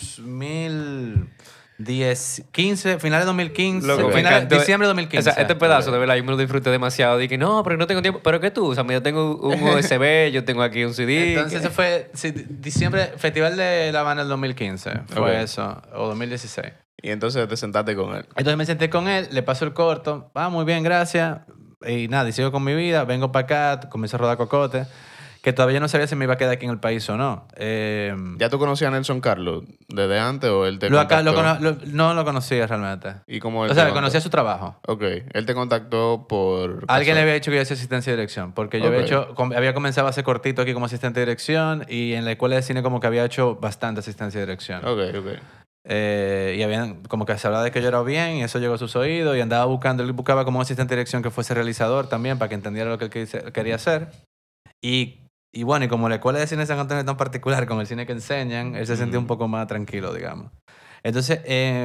2015, finales de 2015. Loco, me finales, encantó. diciembre de 2015. O sea, este pedazo, de verdad, yo me lo disfruté demasiado. Dije, no, pero no tengo tiempo. ¿Pero qué tú? O sea, yo tengo un USB, yo tengo aquí un CD. Entonces eso fue diciembre, Festival de La Habana del 2015. Fue Ok. eso, o 2016. Y entonces te sentaste con él. Entonces me senté con él, le paso el corto. Muy bien, gracias. Y nada, y sigo con mi vida. Vengo para acá, comienzo a rodar cocote. Que todavía no sabía si me iba a quedar aquí en el país o no. ¿Ya tú conocías a Nelson Carlos desde antes o él te No lo conocía realmente. ¿Y cómo él O sea, te conocía su trabajo. Ok. Él te contactó por... Alguien le había dicho que yo hacía asistencia de dirección, porque yo Ok. había comenzado a hacer cortito aquí como asistente de dirección y en la escuela de cine como que había hecho bastante asistencia de dirección. Ok, ok. Y habían como que se hablaba de que yo era bien y eso llegó a sus oídos y andaba buscando, él buscaba como un asistente de dirección que fuese realizador también para que entendiera lo que él quería hacer. Y bueno, y como la escuela de cine de San Antonio es tan particular con el cine que enseñan, él se sentía un poco más tranquilo, digamos. Entonces,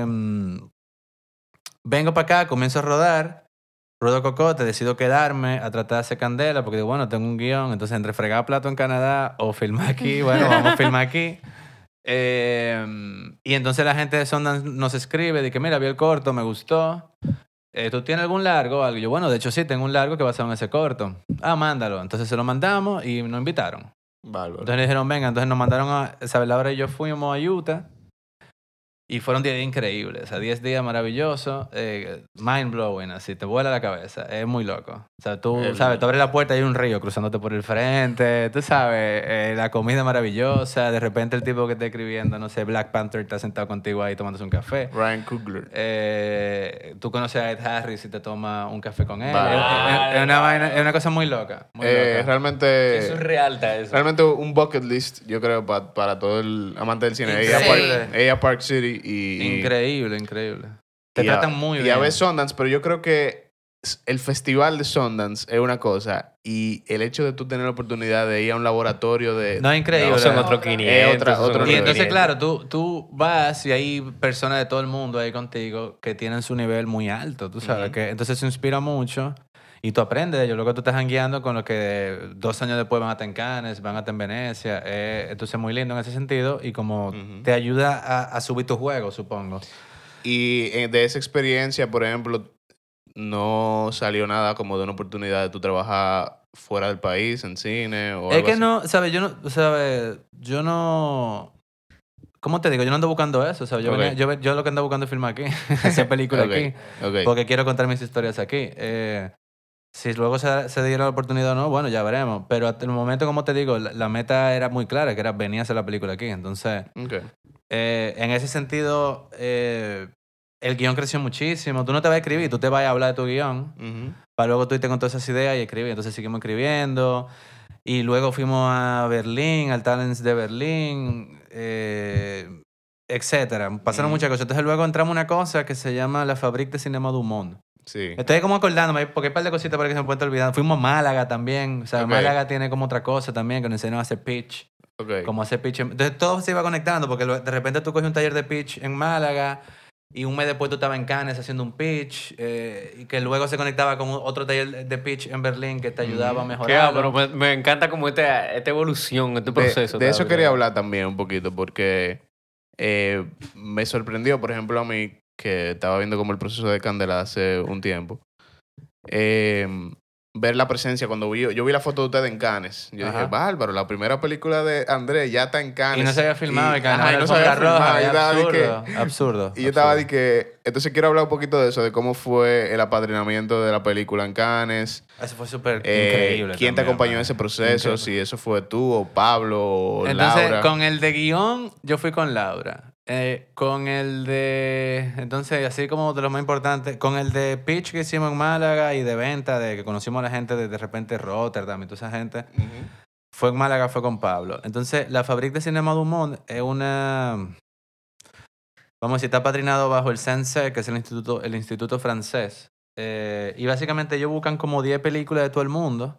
vengo para acá, comienzo a rodar, rodo cocote, decido quedarme a tratar de hacer Candela porque digo, bueno, tengo un guión, entonces entre fregar plato en Canadá o filmar aquí, bueno, vamos a filmar aquí. Y entonces la gente de Sundance nos escribe de que, mira, vi el corto, me gustó. ¿Tú tienes algún largo o algo? Yo, bueno, de hecho sí, tengo un largo que basado en ese corto. Mándalo. Entonces se lo mandamos y nos invitaron. Bárbaro. Entonces le dijeron, venga, entonces nos mandaron ¿sabes? Laura y yo fuimos a Utah y fueron 10 días increíbles. O sea, 10 días maravillosos, mind blowing, así, te vuela la cabeza. Es muy loco. O sea, tú abres la puerta y hay un río cruzándote por el frente. Tú sabes, la comida maravillosa. De repente el tipo que está escribiendo, no sé, Black Panther está sentado contigo ahí tomándose un café. Ryan Coogler. Tú conoces a Ed Harris y te tomas un café con él. Vale. Es una cosa muy loca. Muy loca. Realmente... Es surreal está eso. Realmente un bucket list, yo creo, para todo el amante del cine. Increíble. Ella Park City y... Increíble. Te y tratan muy bien. Y a ver Sundance, pero yo creo que el festival de Sundance es una cosa y el hecho de tú tener la oportunidad de ir a un laboratorio de... No, es increíble. No, son otros 500. otra- son otro otros Y entonces, 500. claro, tú vas y hay personas de todo el mundo ahí contigo que tienen su nivel muy alto, tú sabes, que entonces se inspira mucho y tú aprendes de ellos. Luego tú estás guiando con los que 2 años después van a estar en Cannes, van a estar en Venecia. Entonces es muy lindo en ese sentido y como te ayuda a subir tu juego, supongo. Y de esa experiencia, por ejemplo, no salió nada como de una oportunidad de tú trabajar fuera del país, en cine o Es algo que así. no, ¿sabes? Yo no... ¿Cómo te digo? Yo no ando buscando eso, ¿sabes? Ok. Yo lo que ando buscando es filmar aquí, hacer películas Ok, aquí, ok. porque quiero contar mis historias aquí. Si luego se diera la oportunidad o no, bueno, ya veremos. Pero hasta el momento, como te digo, la meta era muy clara, que era venir a hacer la película aquí. Entonces, Ok. en ese sentido, el guión creció muchísimo. Tú no te vas a escribir, tú te vas a hablar de tu guión. Ujú. Para luego tú irte con todas esas ideas y escribir. Entonces seguimos escribiendo. Y luego fuimos a Berlín, al Talents de Berlín, etcétera. Pasaron muchas cosas. Entonces luego entramos a una cosa que se llama la Fabrique de Cinema du Monde. Sí. Estoy como acordándome, porque hay un par de cositas para que se me pueden olvidar. Fuimos a Málaga también. O sea, Ok. Málaga tiene como otra cosa también, que nos enseñaron a hacer pitch. Ok. Como hacer pitch. Entonces todo se iba conectando, porque de repente tú coges un taller de pitch en Málaga y un mes después tú estabas en Cannes haciendo un pitch y que luego se conectaba con otro taller de pitch en Berlín que te ayudaba a Qué mejorar. pero me encanta como esta evolución, este proceso. De eso ¿sabes? quería hablar también un poquito, porque me sorprendió, por ejemplo, a mí, que estaba viendo como el proceso de Candela hace un tiempo, ver la presencia cuando yo vi la foto de ustedes en Cannes. Yo Ajá. dije, bárbaro, la primera película de Andrés ya está en Cannes. Y no se había filmado, y ajá, ganaba y la no se había alfombra roja. filmado, y estaba de que- Absurdo, absurdo. Y yo estaba de absurdo. que... Entonces quiero hablar un poquito de eso, de cómo fue el apadrinamiento de la película en Cannes. Eso fue súper ¿Quién increíble. te también, acompañó en man. ese proceso? Increíble. Si eso fue tú o Pablo o Entonces, Laura. con el de guión, yo fui con Laura. Con el de... Entonces, así como de lo más importante, con el de pitch que hicimos en Málaga y de venta, de que conocimos a la gente de repente Rotterdam y toda esa gente, Ujú. fue en Málaga, fue con Pablo. Entonces, la Fabrique de Cinema du Monde es una... Vamos a decir, está padrinado bajo el CNC, que es el instituto francés. Y básicamente ellos buscan como 10 películas de todo el mundo,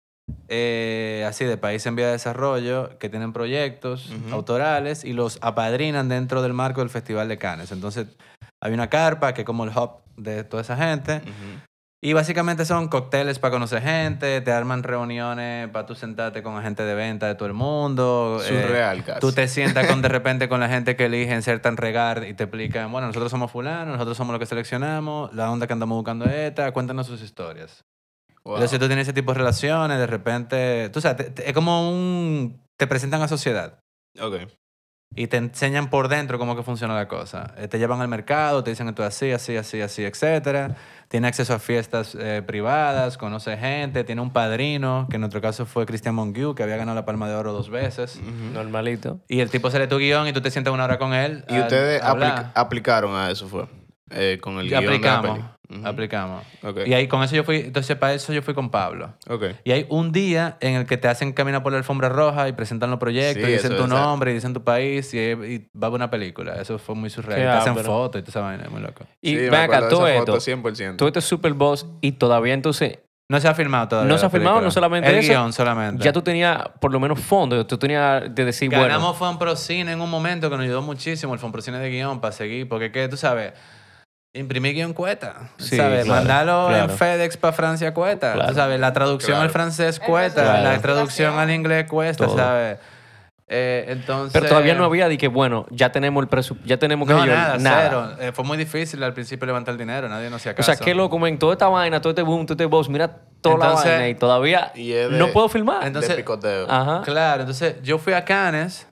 así de países en vía de desarrollo, que tienen proyectos Ujú. autorales y los apadrinan dentro del marco del Festival de Cannes. Entonces, hay una carpa que es como el hub de toda esa gente. Ujú. Y básicamente son cócteles para conocer gente, te arman reuniones para tú sentarte con gente de venta de todo el mundo. Surreal casi. Tú te sientas de repente con la gente que eligen ser tan regar y te explican, bueno, nosotros somos fulano, nosotros somos los que seleccionamos, la onda que andamos buscando es esta, cuéntanos sus historias. Wow. Entonces tú tienes ese tipo de relaciones, de repente, tú sabes, es como te presentan a sociedad. Ok. Y te enseñan por dentro cómo que funciona la cosa. Te llevan al mercado, te dicen que tú así, así, así, así, etcétera. Tiene acceso a fiestas privadas, conoce gente, tiene un padrino, que en nuestro caso fue Christian Mongiu, que había ganado la Palma de Oro 2 veces. Normalito. Y el tipo sale tu guión y tú te sientas una hora con él. ¿Y ustedes a hablar. aplicaron a eso fue? Con el Y guión de la aplicamos, peli. Ujú. aplicamos. Ok. Y ahí con eso yo fui, entonces para eso yo fui con Pablo. Ok. Y hay un día en el que te hacen caminar por la alfombra roja y presentan los proyectos, Sí, y dicen eso tu es, nombre, y dicen tu país, y va a ver una película. Eso fue muy surreal. Qué Y te hacen ápero. fotos y toda esa vaina, muy loco. Y Sí, me ven acá, acuerdo de todo esa esto. foto 100%. Todo este Super Boss y todavía entonces No se ha filmado todavía. no se la ha filmado, película. no solamente el eso. guión solamente. Ya tú tenías por lo menos fondo, tú tenías de decir, Ganamos Fonprocine en un momento que nos ayudó muchísimo, el Fonprocine de guión, para seguir. Porque, ¿qué? Tú sabes, imprimir guión cuesta. Sí, ¿Sabes? claro, Mandarlo en claro. FedEx para Francia cuesta. Claro. Tú sabes, la traducción Claro. al francés cuesta, Claro. la traducción al inglés cuesta, Todo. ¿sabes? Entonces... pero todavía no había de que, bueno, ya tenemos el presupuesto, ya tenemos que No, yo- nada, cero. Fue muy difícil al principio levantar el dinero, nadie nos hacía O caso. sea, qué loco, men, toda esta vaina, todo este boom, todo este boss, mira toda Entonces- la vaina y todavía Y es de- no puedo filmar. Entonces- de picoteo. Ajá. Claro, entonces yo fui a Cannes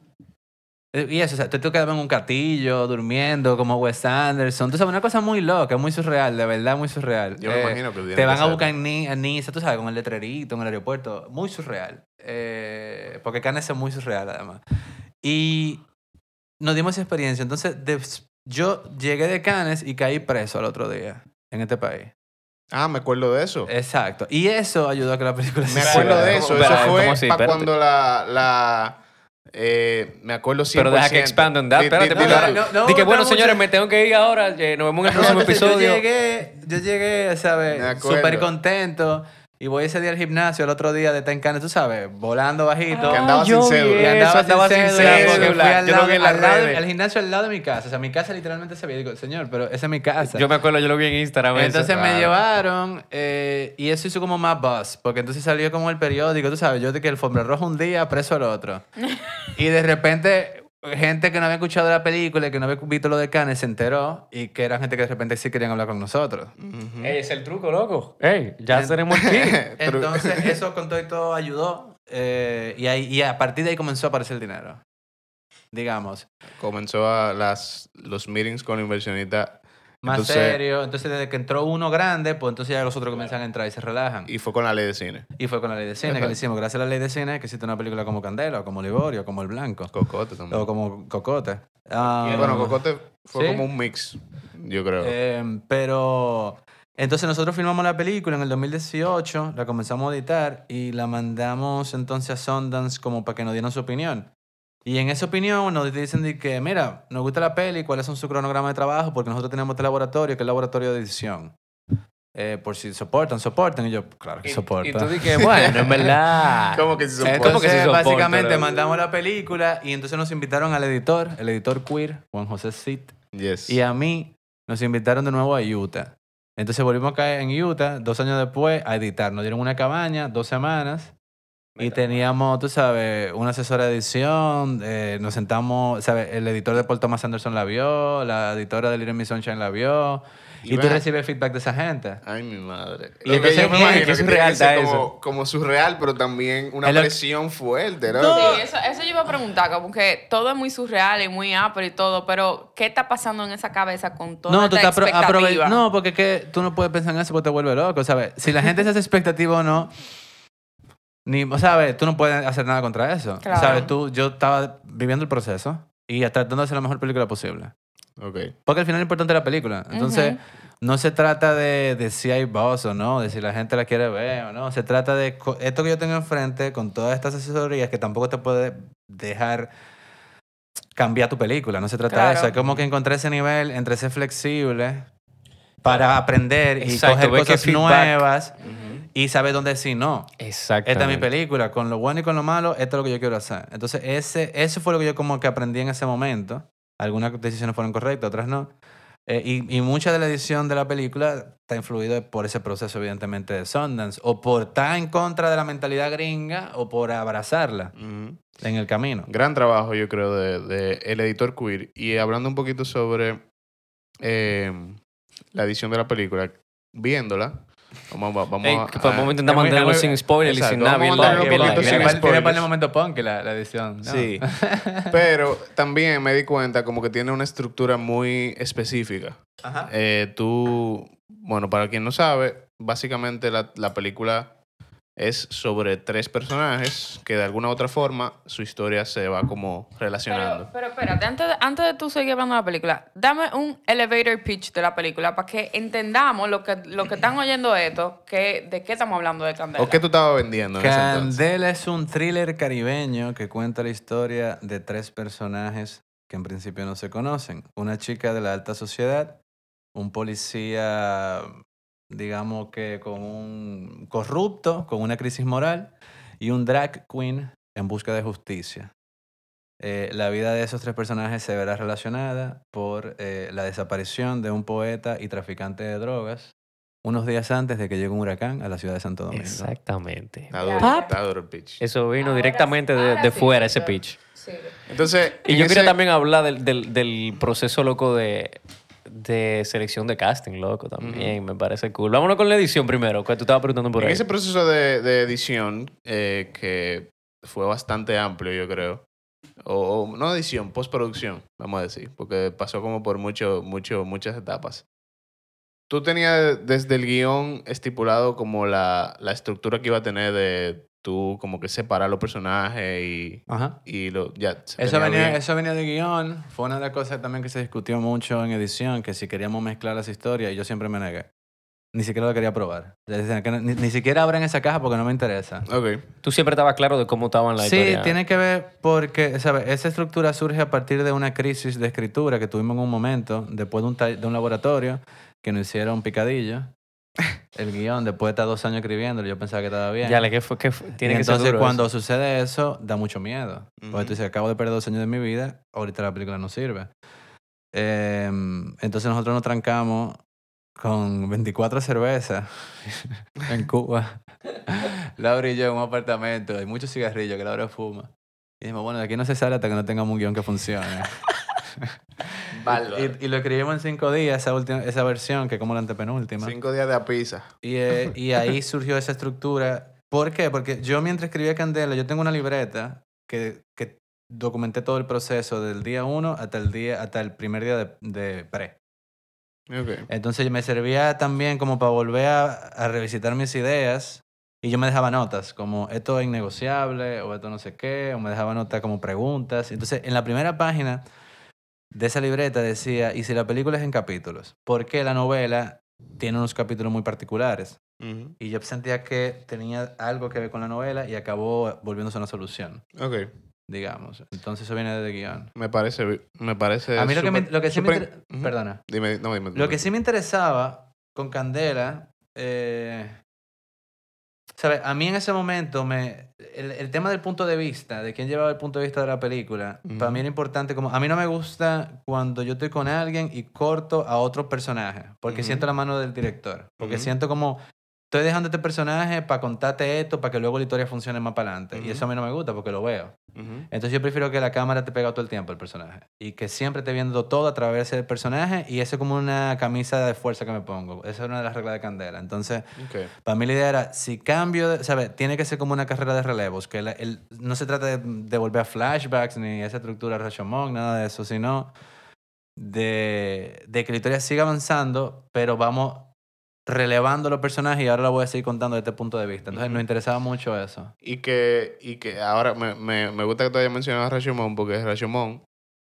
y eso, o sea, tú quedabas en un castillo durmiendo como Wes Anderson. Tú sabes, una cosa muy loca, muy surreal, de verdad, muy surreal. Yo me imagino que tiene te van que a ser. buscar en Niza, tú sabes, con el letrerito, en el aeropuerto. Muy surreal. Porque Cannes es muy surreal, además. Y nos dimos esa experiencia. Entonces, yo llegué de Cannes y caí preso al otro día en este país. Ah, me acuerdo de eso. Exacto. Y eso ayudó a que la película Me se acuerdo hiciera. de eso. Espera, Eso ¿cómo fue así? para Espérate. cuando me acuerdo 100%. Pero deja que expand on that. Espérate, Dile porque tú. no, di que, bueno, no, señores, mucho. me tengo que ir ahora. Nos vemos en el próximo Entonces, episodio. Yo llegué, Me ¿sabes? acuerdo. Súper contento. Y voy ese día al gimnasio, el otro día de Tencane, tú sabes, volando bajito. Que andaba yo sin vi cédula. Y eso, andaba sin cédula porque fui al Yo lo lado, vi en las al lado redes. al gimnasio al lado de mi casa. O sea, mi casa literalmente se veía. Digo, señor, pero esa es mi casa. Yo me acuerdo, yo lo vi en Instagram. eso. Entonces me claro. llevaron y eso hizo como más buzz, porque entonces salió como el periódico, tú sabes, yo de que el Alfombra Roja un día, preso el otro. Y de repente, gente que no había escuchado la película y que no había visto lo de Cannes se enteró y que era gente que de repente sí querían hablar con nosotros. Ey, es el truco, loco. Ey, ya tenemos el kit. Entonces eso con todo y todo ayudó y a partir de ahí comenzó a aparecer el dinero, digamos. Comenzó a los meetings con inversionistas Más Entonces- serio. Entonces, desde que entró uno grande, pues entonces ya los otros comienzan a entrar y se relajan. Y fue con la ley de cine. Y fue con la ley de cine que le hicimos. Gracias a la ley de cine que existe una película como Candela, o como Liborio, o como El Blanco, Cocote también. o como Cocote. Bueno, Cocote fue ¿sí? como un mix, yo creo. Pero entonces nosotros filmamos la película en el 2018, la comenzamos a editar y la mandamos entonces a Sundance como para que nos dieran su opinión. Y en esa opinión nos dicen de que, mira, nos gusta la peli, cuáles son sus cronogramas de trabajo, porque nosotros tenemos este laboratorio, que es el laboratorio de edición. Por si soportan. Y yo, claro que soportan. Y tú dices, bueno, en verdad. ¿Cómo que se Entonces, soporta? ¿Cómo que se soporta, básicamente bro? mandamos la película y entonces nos invitaron al editor, el editor queer, Juan José Cid, Yes. y a mí nos invitaron de nuevo a Utah. Entonces volvimos a caer en Utah 2 años después a editar. Nos dieron una cabaña, 2 semanas. Y teníamos, tú sabes, una asesora de edición. Nos sentamos, ¿sabes? El editor de Paul Thomas Anderson la vio. La editora de Little Miss Sunshine la vio. Y Y tú ven- recibes feedback de esa gente. Ay, mi madre. Y Lo que entonces, yo me ¿qué? imagino ¿Qué que tiene surreal que ser está como surreal, pero también una Es lo- presión fuerte, ¿no? Sí, eso yo iba a preguntar, como que todo es muy surreal y muy upper y todo, pero ¿qué está pasando en esa cabeza con toda Tú esta estás expectativa? No, porque es que tú no puedes pensar en eso porque te vuelve loco, ¿sabes? Si la gente se hace expectativa o no, ¿sabes? Tú no puedes hacer nada contra eso. Claro. ¿Sabes? Yo estaba viviendo el proceso y tratando de hacer la mejor película posible. Ok. Porque al final lo importante es la película. Entonces, no se trata de si hay voz o no, de si la gente la quiere ver o no. Se trata de esto que yo tengo enfrente con todas estas asesorías que tampoco te puede dejar cambiar tu película. No se trata de Claro. eso. Es como que encontrar ese nivel entre ser flexible para aprender y Exacto, coger ver qué cosas feedback. nuevas y saber dónde decir no. Exacto. Esta es mi película, con lo bueno y con lo malo, esto es lo que yo quiero hacer. Entonces, eso fue lo que yo como que aprendí en ese momento. Algunas decisiones fueron correctas, otras no. Y mucha de la edición de la película está influido por ese proceso, evidentemente, de Sundance, o por estar en contra de la mentalidad gringa, o por abrazarla Ujú. en el camino. Gran trabajo, yo creo, de el editor queer. Y hablando un poquito sobre la edición de la película, viéndola, vamos Ey, a... que podemos intentar es muy- mantenerlo es muy- sin spoiler y exacto, sin nada. vamos a Bien mantenerlo light, un bien poquito light, sin bien light. spoilers. Tiene para el momento punk la edición. ¿no? Sí. Pero también me di cuenta como que tiene una estructura muy específica. Ajá. Bueno, para quien no sabe, básicamente la película es sobre 3 personajes que de alguna u otra forma su historia se va como relacionando. Pero espérate, antes de tú seguir hablando de la película, dame un elevator pitch de la película para que entendamos lo que están oyendo esto, de qué estamos hablando de Candela. ¿O qué tú estabas vendiendo en ese entonces? Candela es un thriller caribeño que cuenta la historia de 3 personajes que en principio no se conocen. Una chica de la alta sociedad, un policía, digamos que con un corrupto, con una crisis moral, y un drag queen en busca de justicia. La vida de esos 3 personajes se verá relacionada por la desaparición de un poeta y traficante de drogas unos días antes de que llegue un huracán a la ciudad de Santo Domingo. Exactamente. Está duro el pitch. Eso vino Ahora directamente sí, ahora de sí, fuera, sí, ese claro. pitch. Sí. Entonces, Y en yo quería ese- también hablar del proceso loco de selección de casting, loco, también. Me parece cool. Vámonos con la edición primero, que tú estabas preguntando por En ahí. ese proceso de edición, que fue bastante amplio, yo creo. O no edición, postproducción, vamos a decir, porque pasó como por muchas etapas. Tú tenías desde el guión estipulado como la estructura que iba a tener de tú como que separar los personajes Ajá. y ya. se Eso tenía venía, bien. eso venía de guión. Fue una de las cosas también que se discutió mucho en edición, que si queríamos mezclar las historias, y yo siempre me negué. Ni siquiera lo quería probar. Decían que ni siquiera abran esa caja porque no me interesa. Ok. Tú siempre estabas claro de cómo estaba en la Sí, historia. tiene que ver porque, ¿sabes? Esa estructura surge a partir de una crisis de escritura que tuvimos en un momento, después de un laboratorio, que nos hicieron picadillo. El guión, después de estar 2 años escribiéndolo, yo pensaba que estaba bien. Ya, ¿qué fue? Tiene Y que ser entonces duro cuando eso. sucede eso, da mucho miedo. Porque tú dices, acabo de perder 2 años de mi vida, ahorita la película no sirve. Entonces nosotros nos trancamos con 24 cervezas en Cuba. Laura y yo en un apartamento, hay muchos cigarrillos que Laura fuma. Y dijimos, bueno, de aquí no se sale hasta que no tengamos un guión que funcione. y lo escribimos en 5 días, esa versión, que es como la antepenúltima. 5 días de apisa. Y ahí surgió esa estructura. ¿Por qué? Porque yo mientras escribía Candela, yo tengo una libreta que documenté todo el proceso del día 1 hasta el primer día de pre. Ok. Entonces me servía también como para volver a revisitar mis ideas y yo me dejaba notas como esto es innegociable o esto no sé qué, o me dejaba notas como preguntas. Entonces en la primera página de esa libreta decía, ¿y si la película es en capítulos? Porque la novela tiene unos capítulos muy particulares. Ujú. Y yo sentía que tenía algo que ver con la novela y acabó volviéndose una solución, Ok. digamos. Entonces eso viene de guión. Me parece A mí lo que sí me Ujú. perdona. Dime, no, dime. Lo que sí me interesaba con Candela, ¿sabes? A mí en ese momento, el tema del punto de vista, de quién llevaba el punto de vista de la película, para mí Ujú. era importante. Como, a mí no me gusta cuando yo estoy con alguien y corto a otro personaje, porque Ujú. siento la mano del director, porque Ujú. siento como, estoy dejando este personaje para contarte esto, para que luego la historia funcione más para adelante. Y Ujú. eso a mí no me gusta porque lo veo. Ujú. Entonces yo prefiero que la cámara te pega todo el tiempo el personaje y que siempre esté viendo todo a través del personaje y eso es como una camisa de fuerza que me pongo. Esa es una de las reglas de Candela. Entonces, Ok. para mí la idea era, si cambio, ¿sabes? Tiene que ser como una carrera de relevos, que no se trata de volver a flashbacks ni esa estructura Rashomon, nada de eso, sino de que la historia siga avanzando, pero vamos relevando los personajes y ahora la voy a seguir contando desde este punto de vista. Entonces Ujú. nos interesaba mucho eso. Y que ahora me gusta que tú hayas mencionado a Rashomon porque Rashomon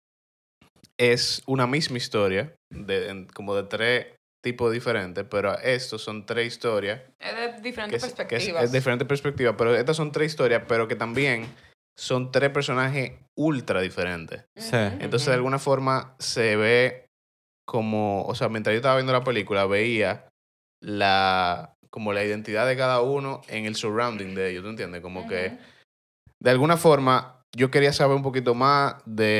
es una misma historia, como de tres tipos diferentes, pero estos son tres historias Es de que diferentes es perspectivas. diferente perspectiva, pero estas son tres historias, pero que también son tres personajes ultra diferentes. Sí. Entonces, de alguna forma, se ve como, o sea, mientras yo estaba viendo la película, veía como la identidad de cada uno en el surrounding de ellos, ¿tú entiendes? Como que, de alguna forma, yo quería saber un poquito más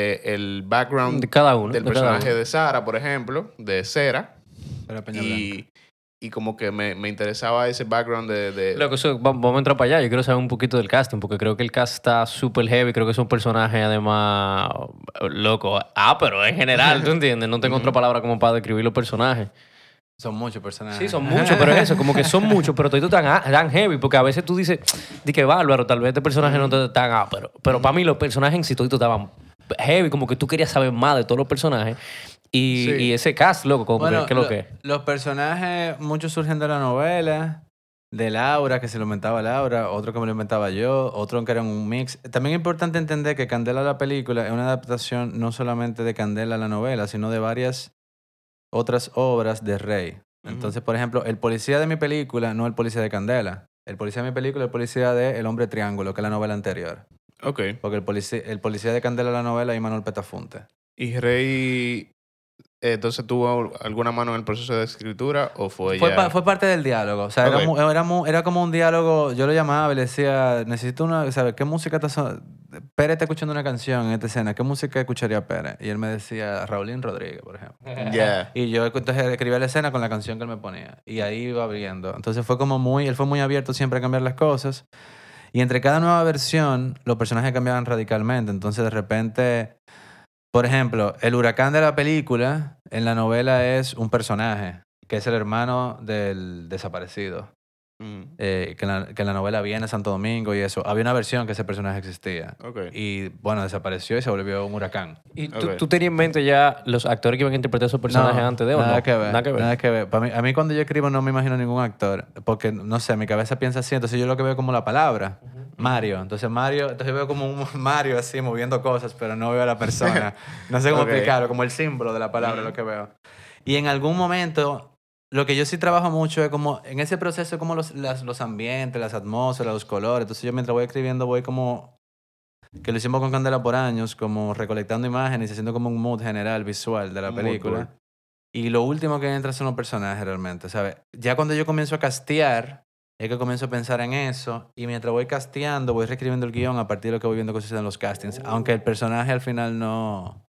del background De cada uno. del De cada personaje uno. de Sara, por ejemplo, de Cera, Pero Peña Blanca. y como que me interesaba ese background de Loco, vamos a entrar para allá. Yo quiero saber un poquito del casting, porque creo que el cast está súper heavy. Creo que es un personaje, además, loco. Pero en general, ¿tú entiendes? No tengo otra palabra como para describir los personajes. Son muchos personajes. Sí, son muchos, pero es eso, como que son muchos, pero todos tan heavy, porque a veces tú dices, di que bárbaro, tal vez este personaje no está tan pero para mí los personajes en sí todos estaban heavy, como que tú querías saber más de todos los personajes. Sí. Y ese cast, loco, como Bueno, que, ¿qué es lo que es? los personajes, muchos surgen de la novela, de Laura, que se lo inventaba Laura, otro que me lo inventaba yo, otro que era un mix. También es importante entender que Candela la película es una adaptación no solamente de Candela la novela, sino de varias otras obras de Rey. Entonces, por ejemplo, el policía de mi película no es el policía de Candela. El policía de mi película es el policía de El Hombre Triángulo, que es la novela anterior. Ok. Porque el policía de Candela la novela es Manuel Petafunte. ¿Y Rey entonces tuvo alguna mano en el proceso de escritura o fue Fue, ya? fue parte del diálogo. O sea, Ok. era como un diálogo. Yo lo llamaba y le decía, necesito una, ¿sabes? ¿Qué música Pérez está escuchando una canción en esta escena. ¿Qué música escucharía Pérez? Y él me decía, Raulín Rodríguez, por ejemplo. Ya. Y yo entonces escribía la escena con la canción que él me ponía. Y ahí iba abriendo. Entonces fue como él fue muy abierto siempre a cambiar las cosas. Y entre cada nueva versión, los personajes cambiaban radicalmente. Entonces de repente, por ejemplo, el huracán de la película, en la novela es un personaje, que es el hermano del desaparecido. Mm. Que en la novela viene a Santo Domingo y eso. Había una versión que ese personaje existía. Ok. Y bueno, desapareció y se volvió un huracán. ¿Y Ok. tú tenías en mente ya los actores que iban a interpretar esos personajes antes de o nada no? que ver, Nada que ver. nada que ver. A mí cuando yo escribo no me imagino ningún actor, porque no sé, mi cabeza piensa así, entonces yo lo que veo como la palabra, Mario. Entonces veo como un Mario así moviendo cosas, pero no veo a la persona. No sé cómo Ok. explicarlo, como el símbolo de la palabra, lo que veo. Y en algún momento, lo que yo sí trabajo mucho es como, en ese proceso, como los ambientes, las atmósferas, los colores. Entonces yo mientras voy escribiendo voy como, que lo hicimos con Candela por años, como recolectando imágenes y haciendo como un mood general, visual de la Un mood película. board. Y lo último que entra son los personajes realmente, ¿sabes? Ya cuando yo comienzo a castear, es que comienzo a pensar en eso. Y mientras voy casteando, voy reescribiendo el guión a partir de lo que voy viendo que sucede en los castings. Aunque el personaje al final no...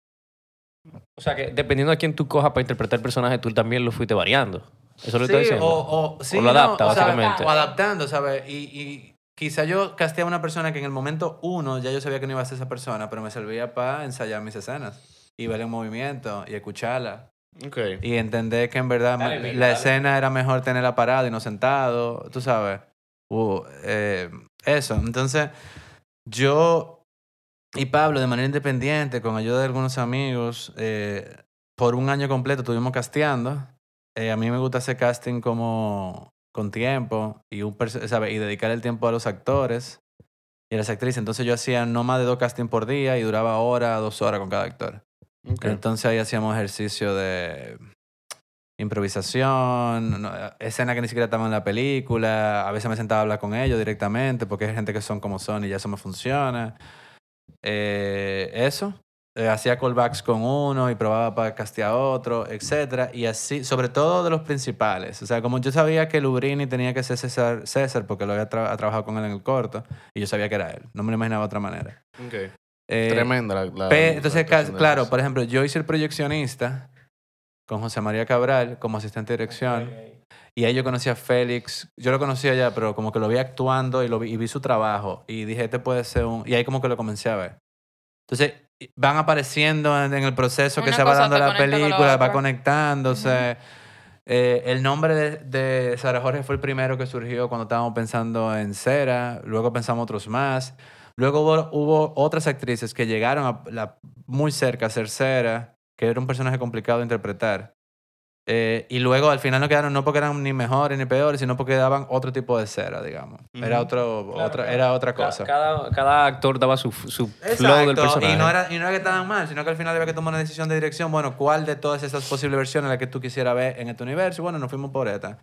O sea, que dependiendo de quién tú cojas para interpretar el personaje, tú también lo fuiste variando. Eso es lo que Sí, estás diciendo. sí, O lo adapta, o sea, básicamente. o adaptando, ¿sabes? Y quizá yo casteaba a una persona que en el momento uno ya yo sabía que no iba a ser esa persona, pero me servía para ensayar mis escenas y ver en movimiento y escucharla. Ok. Y entender que en verdad la escena era mejor tenerla parada y no sentado, tú sabes. Eso. Entonces, yo y Pablo, de manera independiente, con ayuda de algunos amigos, por un año completo estuvimos casteando. A mí me gusta hacer casting como con tiempo y, ¿sabes? Y dedicar el tiempo a los actores y a las actrices. Entonces yo hacía no más de 2 castings por día y duraba 2 horas con cada actor. Ok. Entonces ahí hacíamos ejercicio de improvisación, escenas que ni siquiera estaban en la película. A veces me sentaba a hablar con ellos directamente porque hay gente que son como son y ya eso me funciona. Eso. Hacía callbacks con uno y probaba para castear otro, etcétera. Y así, sobre todo de los principales. O sea, como yo sabía que Lubrini tenía que ser César porque lo había trabajado con él en el corto y yo sabía que era él. No me lo imaginaba de otra manera. Ok. Tremenda Entonces, actuación de claro, José. por ejemplo, yo hice el proyeccionista con José María Cabral como asistente de dirección. Y ahí yo conocí a Félix. Yo lo conocía ya, pero como que lo vi actuando y vi su trabajo. Y dije, este puede ser un... Y ahí como que lo comencé a ver. Entonces, van apareciendo en el proceso que Una se va cosa dando te la conecta con la película, va otra. conectándose. El nombre de Sara Jorge fue el primero que surgió cuando estábamos pensando en Cera. Luego pensamos otros más. Luego hubo otras actrices que llegaron muy cerca a ser Cera, que era un personaje complicado de interpretar. Y luego al final no quedaron no porque eran ni mejores ni peores, sino porque daban otro tipo de Cera, digamos. Era era otra cosa. Cada actor daba su flow del Exacto, personaje. y no era que estaban mal, sino que al final había que tomar una decisión de dirección. Bueno, ¿cuál de todas esas posibles versiones la que tú quisieras ver en este universo? Bueno, nos fuimos por esta.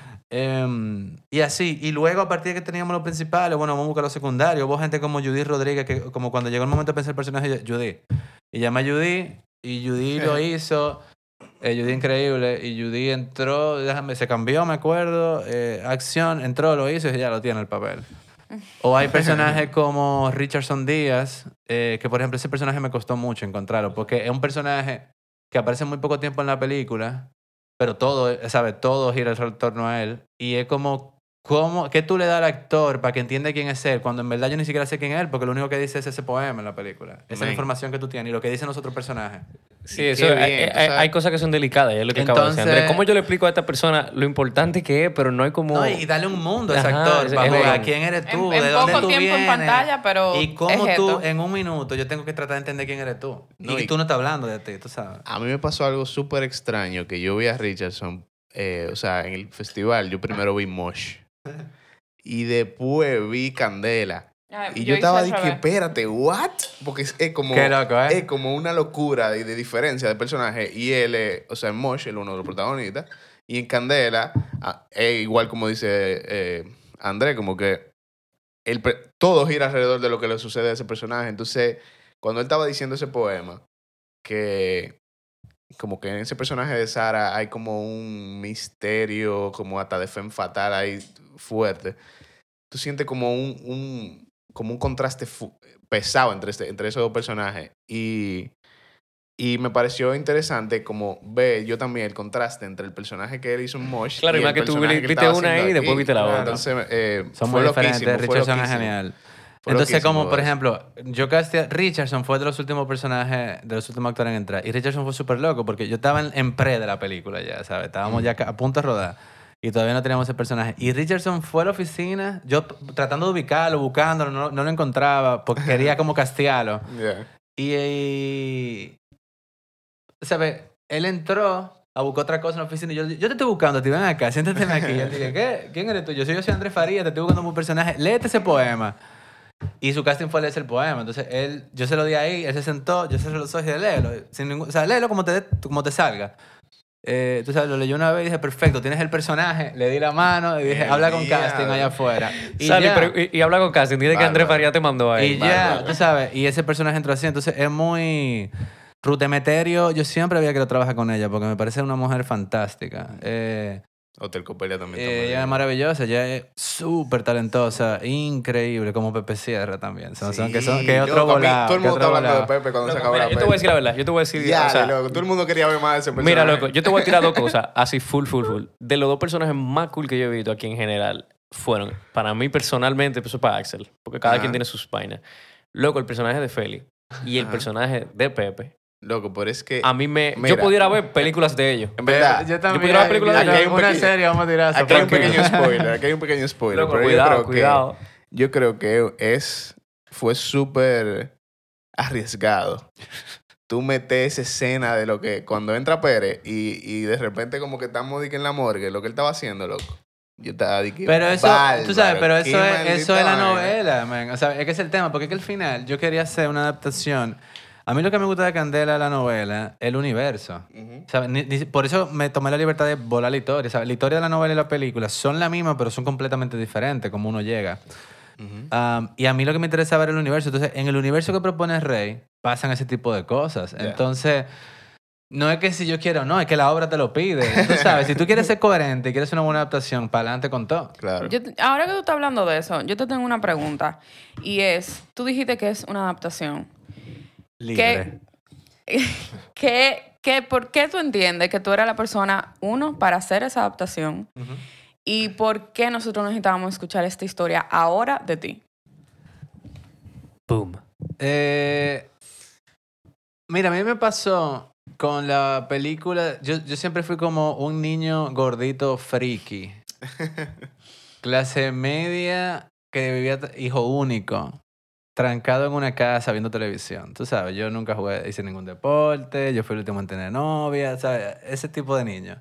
Y así, y luego a partir de que teníamos los principales, bueno, vamos a buscar los secundarios. Hubo gente como Judy Rodríguez, que como cuando llegó el momento de pensar el personaje, Judy. Y llama a Judy, y Judy lo hizo. Judy increíble, y Judy entró, se cambió, me acuerdo, acción, entró, lo hizo y ya lo tiene el papel. O hay personajes como Richardson Díaz, que por ejemplo ese personaje me costó mucho encontrarlo, porque es un personaje que aparece muy poco tiempo en la película, pero todo, ¿sabes? Todo gira en torno a él, y es como, ¿qué tú le das al actor para que entienda quién es él? Cuando en verdad yo ni siquiera sé quién es él, porque lo único que dice es ese poema en la película. Esa es la Man. información que tú tienes y lo que dicen los otros personajes. Sí, Qué eso, bien, hay, tú sabes. hay cosas que son delicadas, es lo que acabo de decir. Entonces- Andrés, ¿cómo yo le explico a esta persona lo importante que es, pero no hay como... No, y darle un mundo a ese Ajá, actor es para jugar. verdad. ¿Quién eres tú? En ¿De dónde poco tú tiempo en vienes? pantalla, pero Y cómo es tú, esto. en un minuto, yo tengo que tratar de entender quién eres tú. No, y y- tú no estás hablando de ti, tú sabes. A mí me pasó algo súper extraño que yo vi a Richardson, o sea, en el festival, yo primero vi Mosh y después vi Candela. Ay, Y yo yo estaba hice de al que, revés. espérate, ¿what? Porque es como... Qué loco, ¿eh? Es como una locura de diferencia de personaje. Y él, o sea, en Mosh, él es uno de los protagonistas. Y en Candela, es igual como dice André, como que todo gira alrededor de lo que le sucede a ese personaje. Entonces, cuando él estaba diciendo ese poema, que como que en ese personaje de Sara hay como un misterio, como hasta de femme fatal ahí fuerte. Tú sientes como como un contraste pesado entre esos dos personajes. Y me pareció interesante como ver yo también el contraste entre el personaje que él hizo en Mosh Claro, y y más el que tú personaje que él viste estaba una haciendo ahí y después aquí. viste la otra. Entonces, Son fue muy diferentes. loquísimo, fue Richardson es loquísimo. genial. Fue Entonces, loquísimo como por eso. ejemplo, yo casté Richardson fue de los últimos personajes, de los últimos actores en entrar. Y Richardson fue súper loco porque yo estaba en pre de la película ya, ¿sabes? Estábamos ya a punto de rodar. Y todavía no teníamos ese personaje. Y Richardson fue a la oficina, yo tratando de ubicarlo, buscándolo, no lo encontraba porque quería como castearlo. Yeah. Y ¿sabes? Él entró a buscar otra cosa en la oficina y yo te estoy buscando, te ven acá, siéntate aquí. Y él dije, ¿qué? ¿Quién eres tú? Yo soy Andrés Farías, te estoy buscando un personaje, léete ese poema. Y su casting fue leerse el poema. Entonces, yo se lo di ahí, él se sentó, yo cerré los ojos y dije, léelo. O sea, léelo como te salga. Tú sabes, lo leyó una vez y dije, perfecto, tienes el personaje, le di la mano y dije, El habla con diablo. casting allá afuera. Y Sale, ya. y habla con casting, dice que Andrés Bárbaro. Faría te mandó ahí. Y ya, bárbaro. tú sabes, y ese personaje entró así, entonces es muy... Ruth Emeterio, yo siempre había querido trabajar con ella porque me parece una mujer fantástica. Hotel Copelia también está muy Ella es bien. maravillosa, ella es súper talentosa, increíble, como Pepe Sierra también. Que es Sí, otro loco, a mí volado. todo el que mundo está otro hablando de volado. Pepe cuando se Loco, acabó mira, la yo te voy a decir la verdad, yo te voy a decir... Ya, o sea, loco, todo el mundo quería ver más de ese personaje. mira, loco, yo te voy a tirar dos cosas, así full. De los dos personajes más cool que yo he visto aquí en general, fueron, para mí personalmente, pues para Axel, porque cada Ajá. quien tiene sus vainas. Loco, el personaje de Feli y el Ajá. personaje de Pepe, Loco, pero es que... a mí me... Mira. Yo pudiera ver películas de ellos. En verdad, Yo también. pudiera ver películas de aquí ella. hay Aquí hay un una pequeño- serie, vamos a tirar eso. aquí hay un porque- pequeño spoiler, aquí hay un pequeño spoiler. Loco, pero cuidado. yo creo que fue súper arriesgado tú metes esa escena de lo que cuando entra Pérez y de repente como que estamos de que en la morgue, lo que él estaba haciendo, loco. Yo estaba de que Pero eso, tú sabes, pero qué eso es la maldita vaina. novela, man. O sea, es que es el tema, porque es que al final yo quería hacer una adaptación. A mí lo que me gusta de Candela, la novela, es el universo. Ujú. ¿Sabes? Por eso me tomé la libertad de volar la historia. ¿Sabes? La historia de la novela y la película son la misma, pero son completamente diferentes, como uno llega. Y a mí lo que me interesa es ver el universo. Entonces, en el universo que propone Rey, pasan ese tipo de cosas. Ya. Entonces, no es que si yo quiero, no, es que la obra te lo pide. Tú sabes, si tú quieres ser coherente y quieres hacer una buena adaptación, para adelante con todo. Claro. Ahora que tú estás hablando de eso, yo te tengo una pregunta. Y es, tú dijiste que es una adaptación. Libre. ¿Por qué tú entiendes que tú eras la persona, uno, para hacer esa adaptación? ¿Y por qué nosotros necesitábamos escuchar esta historia ahora de ti? Boom. Mira, a mí me pasó con la película. Yo siempre fui como un niño gordito friki. Clase media que vivía hijo único. Trancado en una casa viendo televisión. Tú sabes, yo nunca hice ningún deporte. Yo fui el último en tener novia. ¿Sabes? Ese tipo de niño.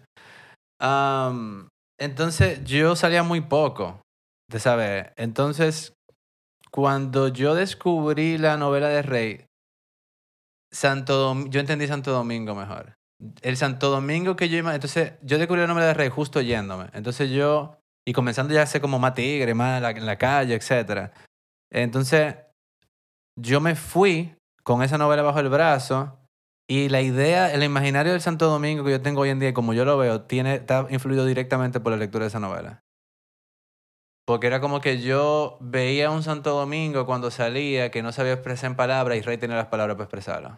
Entonces, yo salía muy poco. ¿Tú sabes? Entonces, cuando yo descubrí la novela de Rey, yo entendí Santo Domingo mejor. El Santo Domingo que yo iba... Entonces, yo descubrí la novela de Rey justo yéndome. Entonces yo... Y comenzando ya a ser como más tigre, más en la calle, etc. Entonces, yo me fui con esa novela bajo el brazo y la idea, el imaginario del Santo Domingo que yo tengo hoy en día, y como yo lo veo, está influido directamente por la lectura de esa novela. Porque era como que yo veía un Santo Domingo cuando salía que no sabía expresar en palabras y Rey tenía las palabras para expresarlo.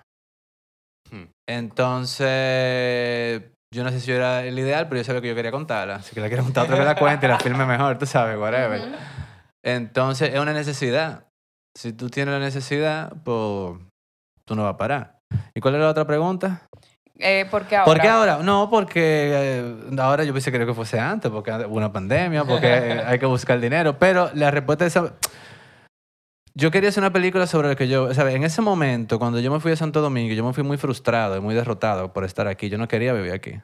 Entonces, yo no sé si yo era el ideal, pero yo sabía que yo quería contarla. Así que la quiero contar otro que la cuente y la filme mejor, tú sabes, whatever. Entonces, es una necesidad. Si tú tienes la necesidad, pues tú no vas a parar. ¿Y cuál era la otra pregunta? ¿Por qué ahora? ¿Por qué ahora? No, porque ahora yo pensé que creo que fuese antes, porque hubo una pandemia, porque hay que buscar dinero. Pero la respuesta es... Yo quería hacer una película sobre lo que yo... ¿Sabes? En ese momento, cuando yo me fui a Santo Domingo, yo me fui muy frustrado y muy derrotado por estar aquí. Yo no quería vivir aquí.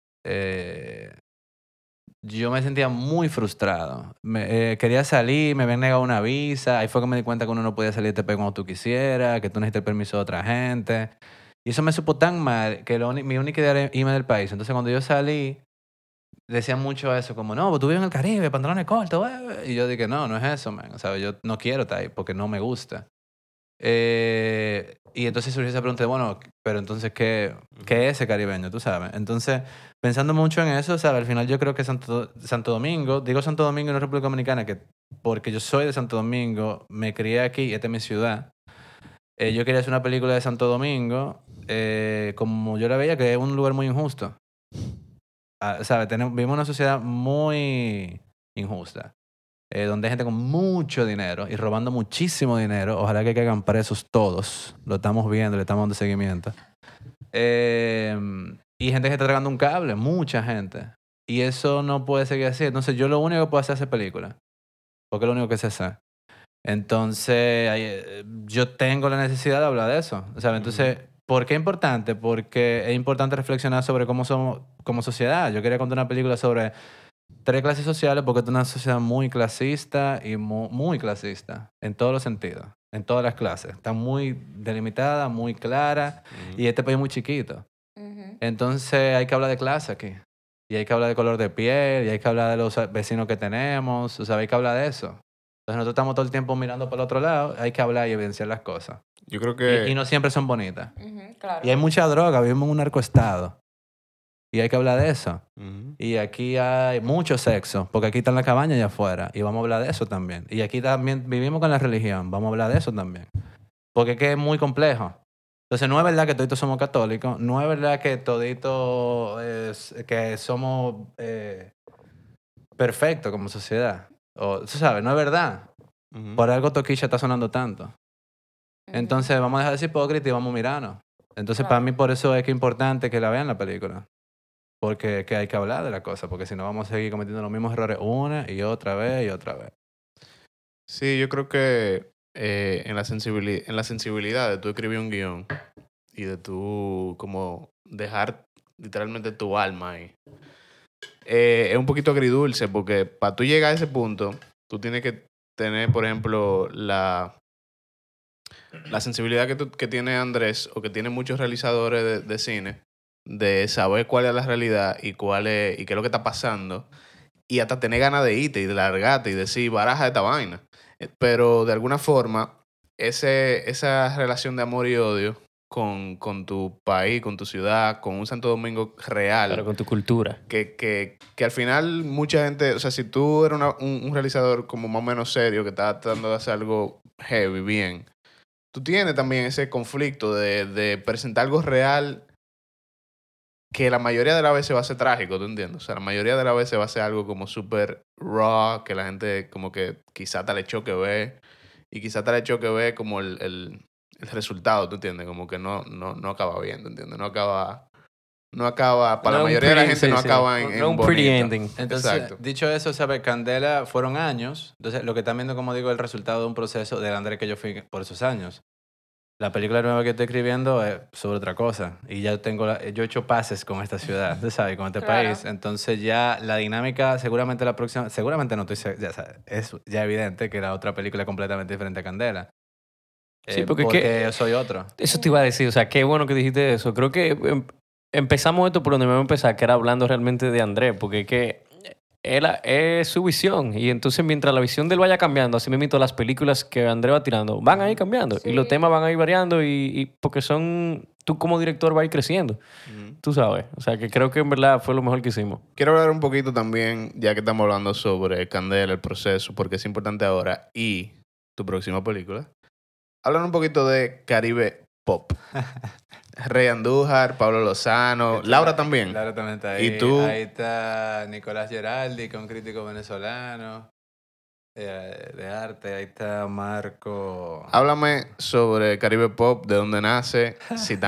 Yo me sentía muy frustrado. Quería salir, me habían negado una visa. Ahí fue que me di cuenta que uno no podía salir de este país cuando tú quisieras, que tú necesitas el permiso de otra gente. Y eso me supo tan mal que mi única idea era irme del país. Entonces, cuando yo salí, decían mucho eso, como, no, pues tú vives en el Caribe, pantalones cortos. Y yo dije, no, no es eso, man. O sea, yo no quiero estar ahí porque no me gusta. Y entonces surgió esa pregunta de, bueno, pero entonces, ¿qué es ese caribeño? Tú sabes. Entonces, pensando mucho en eso, ¿sabes? Al final yo creo que Santo Domingo, digo Santo Domingo y no República Dominicana, que porque yo soy de Santo Domingo, me crié aquí y esta es mi ciudad. Yo quería hacer una película de Santo Domingo, como yo la veía, que es un lugar muy injusto. ¿Sabes? Vivimos una sociedad muy injusta. Donde hay gente con mucho dinero y robando muchísimo dinero. Ojalá que caigan presos todos. Lo estamos viendo, le estamos dando seguimiento. Y gente que está tragando un cable, mucha gente. Y eso no puede seguir así. Entonces yo lo único que puedo hacer es hacer película. Porque es lo único que sé hacer. Entonces yo tengo la necesidad de hablar de eso. ¿Sabes? Entonces, ¿por qué es importante? Porque es importante reflexionar sobre cómo somos como sociedad. Yo quería contar una película sobre 3 clases sociales porque es una sociedad muy clasista y muy clasista en todos los sentidos, en todas las clases. Está muy delimitada, muy clara y este país es muy chiquito. Entonces hay que hablar de clase aquí. Y hay que hablar de color de piel y hay que hablar de los vecinos que tenemos. O sea, hay que hablar de eso. Entonces nosotros estamos todo el tiempo mirando para el otro lado. Hay que hablar y evidenciar las cosas. Yo creo que... Y no siempre son bonitas. Claro. Y hay mucha droga. Vivimos en un narcoestado. Y hay que hablar de eso. Y aquí hay mucho sexo, porque aquí está en la cabaña allá afuera. Y vamos a hablar de eso también. Y aquí también vivimos con la religión. Vamos a hablar de eso también. Porque es que es muy complejo. Entonces, no es verdad que toditos somos católicos. No es verdad que toditos que somos perfectos como sociedad. Tú sabes, no es verdad. Por algo Toquilla está sonando tanto. Entonces, vamos a dejar de ser hipócritas y vamos a mirarnos. Entonces, para mí, por eso es que es importante que la vean la película. Porque que hay que hablar de la cosa, porque si no vamos a seguir cometiendo los mismos errores una y otra vez y otra vez. Sí, yo creo que en la sensibilidad de tú escribir un guión y de tú como dejar literalmente tu alma ahí. Es un poquito agridulce porque para tú llegar a ese punto, tú tienes que tener, por ejemplo, la sensibilidad que tiene Andrés o que tienen muchos realizadores de cine de saber cuál es la realidad y qué es lo que está pasando y hasta tener ganas de irte y de largarte y decir, baraja esta vaina. Pero de alguna forma, esa relación de amor y odio con tu país, con tu ciudad, con un Santo Domingo real. Pero con tu cultura. Que al final mucha gente, o sea, si tú eres un realizador como más o menos serio que está tratando de hacer algo heavy, bien, tú tienes también ese conflicto de presentar algo real que la mayoría de las veces va a ser trágico, ¿tú entiendes? O sea, la mayoría de las veces va a ser algo como súper raw, que la gente como que quizá te le choque ver y quizá te le choque ver como el resultado, ¿tú entiendes? Como que no acaba bien, ¿tú entiendes? No acaba, para la mayoría de la gente no acaba en un pretty bonito. ending. Entonces, Exacto. dicho eso, ¿sabes? Candela fueron años. Entonces, lo que están viendo, como digo, el resultado de un proceso del Andrés que yo fui por esos años. La película nueva que estoy escribiendo es sobre otra cosa. Y ya yo he hecho pases con esta ciudad, ¿tú sabes? Con este Claro. país. Entonces ya la dinámica, seguramente la próxima... Seguramente no estoy... Ya sabes, es ya evidente que la otra película es completamente diferente a Candela. Sí, porque yo soy otro. Eso te iba a decir, o sea, qué bueno que dijiste eso. Creo que empezamos esto por donde me voy a empezar, que era hablando realmente de Andrés, porque es que es su visión. Y entonces, mientras la visión de él vaya cambiando, así mismo las películas que Andrés va tirando van a ir cambiando. Sí. Y los temas van a ir variando y porque tú como director vas a ir creciendo. Tú sabes. O sea, que creo que en verdad fue lo mejor que hicimos. Quiero hablar un poquito también, ya que estamos hablando sobre Candela, el proceso, porque es importante ahora, y tu próxima película. Hablar un poquito de Caribe Pop. Rey Andújar, Pablo Lozano, Laura también. Laura también está ahí. ¿Y tú? Ahí está Nicolás Geraldi, que es un crítico venezolano de arte. Ahí está Marco. Háblame sobre Caribe Pop, de dónde nace,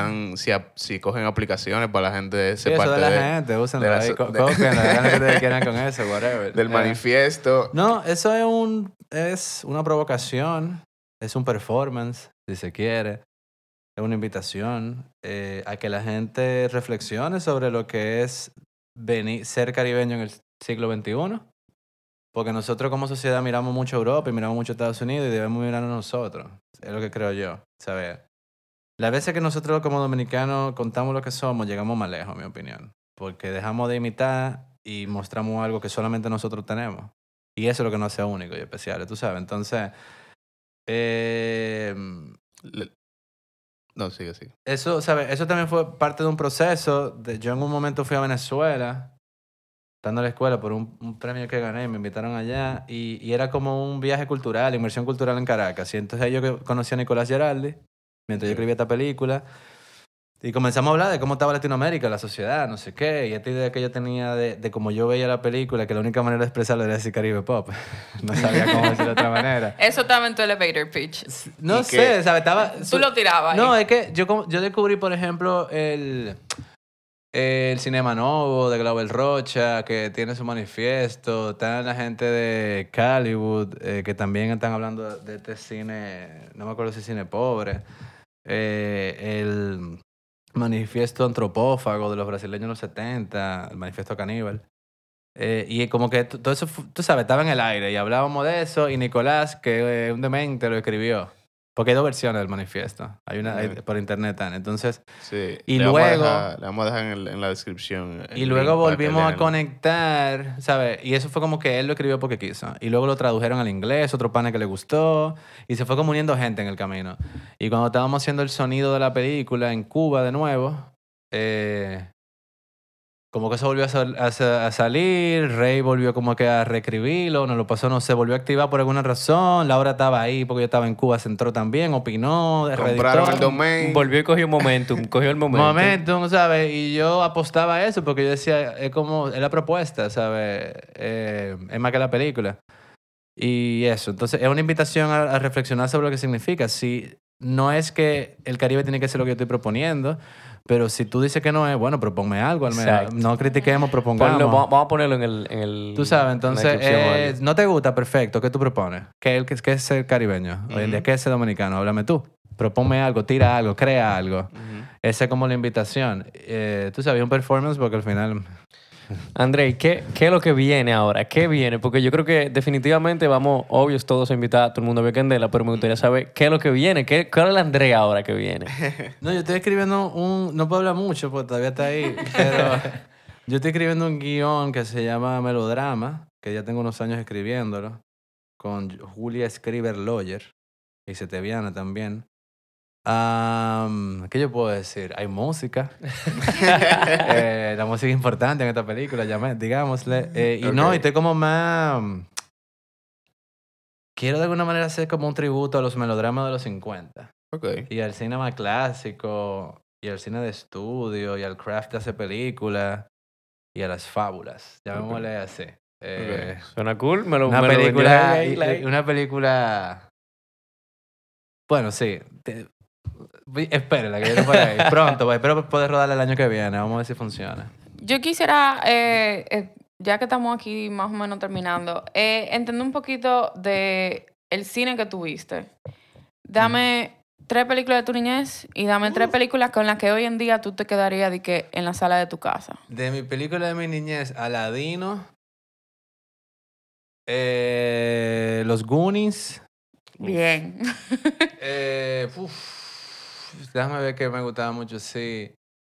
si cogen aplicaciones para la gente Sí, ser eso parte de la gente, úsenlo de la- ahí, de- cópienlo, hagan lo que ustedes quieran con eso, whatever. del manifiesto. No, eso es una provocación, es un performance, si se quiere. Es una invitación a que la gente reflexione sobre lo que es ser caribeño en el siglo XXI. Porque nosotros como sociedad miramos mucho a Europa y miramos mucho a Estados Unidos y debemos mirarnos a nosotros. Es lo que creo yo, ¿sabes? Las veces que nosotros como dominicanos contamos lo que somos, llegamos más lejos, en mi opinión. Porque dejamos de imitar y mostramos algo que solamente nosotros tenemos. Y eso es lo que nos hace único y especial, tú sabes. Entonces, No, sigue. eso, ¿sabes? Eso también fue parte de un proceso. Yo en un momento fui a Venezuela, estando en la escuela, por un premio que gané, me invitaron allá. Y era como un viaje cultural, inmersión cultural en Caracas. Y entonces ahí yo conocí a Nicolás Geraldi, mientras yo escribía esta película. Y comenzamos a hablar de cómo estaba Latinoamérica, la sociedad, no sé qué. Y esta idea que yo tenía de cómo yo veía la película, que la única manera de expresarlo era decir Caribe Pop. No sabía cómo decirlo de otra manera. Eso estaba en tu elevator pitch. No ¿Y sé, qué? ¿sabes? Tú lo tirabas. No, ahí. es que yo descubrí, por ejemplo, el Cinema Novo de Glauber Rocha, que tiene su manifiesto. Está la gente de Hollywood, que también están hablando de este cine, no me acuerdo si es cine pobre. El manifiesto antropófago de los brasileños en los 70, el manifiesto caníbal. Y como que todo eso, tú sabes, estaba en el aire y hablábamos de eso y Nicolás, que es un demente, lo escribió. Porque hay dos versiones del manifiesto. Hay una por internet. Entonces, Sí. Y le luego- vamos a dejar en la descripción. el y luego link para que volvimos a lean. conectar, ¿sabes? Y eso fue como que él lo escribió porque quiso. Y luego lo tradujeron al inglés, otro pana que le gustó. Y se fue como uniendo gente en el camino. Y cuando estábamos haciendo el sonido de la película en Cuba de nuevo, como que eso volvió a salir. Rey volvió como que a reescribirlo. Nos lo pasó, no sé, volvió a activar por alguna razón. Laura estaba ahí porque yo estaba en Cuba, se entró también, opinó, Compraron reeditó. el domain. Volvió y cogió momentum, cogió el momento. Momentum, ¿sabes? Y yo apostaba a eso porque yo decía, es como, es la propuesta, ¿sabes? Es más que la película. Y eso, entonces es una invitación a reflexionar sobre lo que significa. Si no es que el Caribe tiene que ser lo que yo estoy proponiendo, pero si tú dices que no es, bueno, proponme algo, al menos. Exacto. No critiquemos, propongamos. Vamos a ponerlo en el Tú sabes, en la entonces, descripción o algo. ¿no te gusta? Perfecto. ¿Qué tú propones? ¿Qué es ser caribeño? Hoy en día, ¿qué es ser dominicano? Háblame tú. proponme algo, tira algo, crea algo. Esa es como la invitación. Tú sabes, un performance porque al final... André, ¿qué es lo que viene ahora? ¿Qué viene? Porque yo creo que definitivamente vamos, obvios, todos a invitar a todo el mundo a ver Candela, pero me gustaría saber qué es lo que viene. ¿Cuál es el André ahora que viene? No, yo estoy escribiendo no puedo hablar mucho porque todavía está ahí, pero yo estoy escribiendo un guión que se llama Melodrama, que ya tengo unos años escribiéndolo, con Julia Scriber Lawyer y Seteviana también. ¿Qué yo puedo decir? Hay música. La música es importante en esta película, digámosle. Y estoy como más... Quiero de alguna manera hacer como un tributo a los melodramas de los 50. Ok. Y al cine más clásico, y al cine de estudio, y al craft de hacer películas, y a las fábulas. Llamémosle así. Suena cool. Una me lo película... vendieron ahí, Una película... Bueno, sí. Espérenla, que yo no por ahí. Pronto, espero poder rodarla el año que viene. Vamos a ver si funciona. Yo quisiera, ya que estamos aquí más o menos terminando, entender un poquito de el cine que tuviste. Dame 3 películas de tu niñez y dame 3 películas con las que hoy en día tú te quedarías de que en la sala de tu casa. De mi película de mi niñez, Aladino, Los Goonies. Bien. Déjame ver que me gustaba mucho, sí.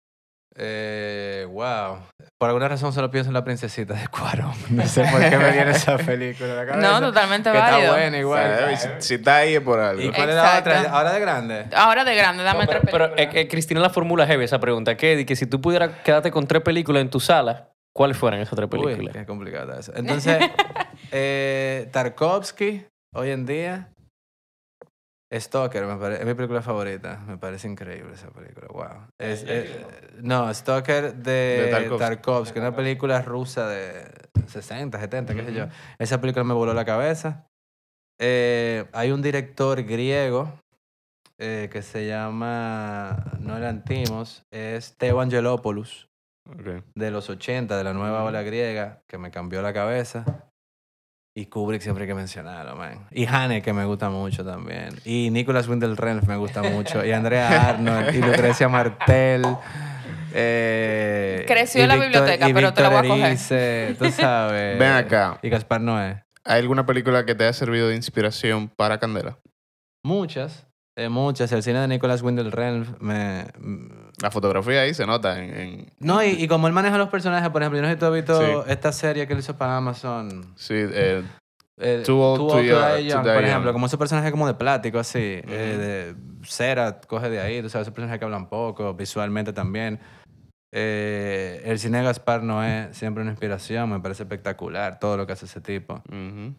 Wow. Por alguna razón solo pienso en La Princesita de Cuarón. No sé por qué me viene esa película a la cabeza. No, totalmente que válido. Está buena igual. Si está ahí es por algo. ¿Y cuál es la Exacto. otra? ¿Ahora de grande? Ahora de grande, dame 3 Pero películas. Cristina la formula heavy esa pregunta. Que si tú pudieras quedarte con 3 películas en tu sala, ¿cuáles fueran esas 3 Uy, películas? qué complicado eso. Entonces, Tarkovsky, hoy en día. Stalker, es mi película favorita. Me parece increíble esa película. Wow. No, Stalker de Tarkovsky, una película rusa de 60, 70, qué sé yo. Esa película me voló la cabeza. Hay un director griego que se llama Noel Antimos, es Theo Angelopoulos, de los 80, de la nueva ola griega, que me cambió la cabeza. Y Kubrick siempre hay que mencionarlo, man. Y Haneke me gusta mucho también. Y Nicholas Winding Refn me gusta mucho. Y Andrea Arnold. Y Lucrecia Martel. Creció en la biblioteca, pero te la voy a coger. Erice, tú sabes. Ven acá. Y Gaspar Noé. ¿Hay alguna película que te haya servido de inspiración para Candela? Muchas. Muchas. El cine de Nicholas Winding Refn La fotografía ahí se nota No, y como él maneja los personajes, por ejemplo, yo no sé si tú has visto Sí. esta serie que él hizo para Amazon. Sí, Too Old to Die Young, Die por ejemplo, Young. como ese personaje como de plástico, así, de cera, coge de ahí, tú sabes, esos personajes que hablan poco, visualmente también. El cine de Gaspar Noé, siempre una inspiración, me parece espectacular todo lo que hace ese tipo. Ujú.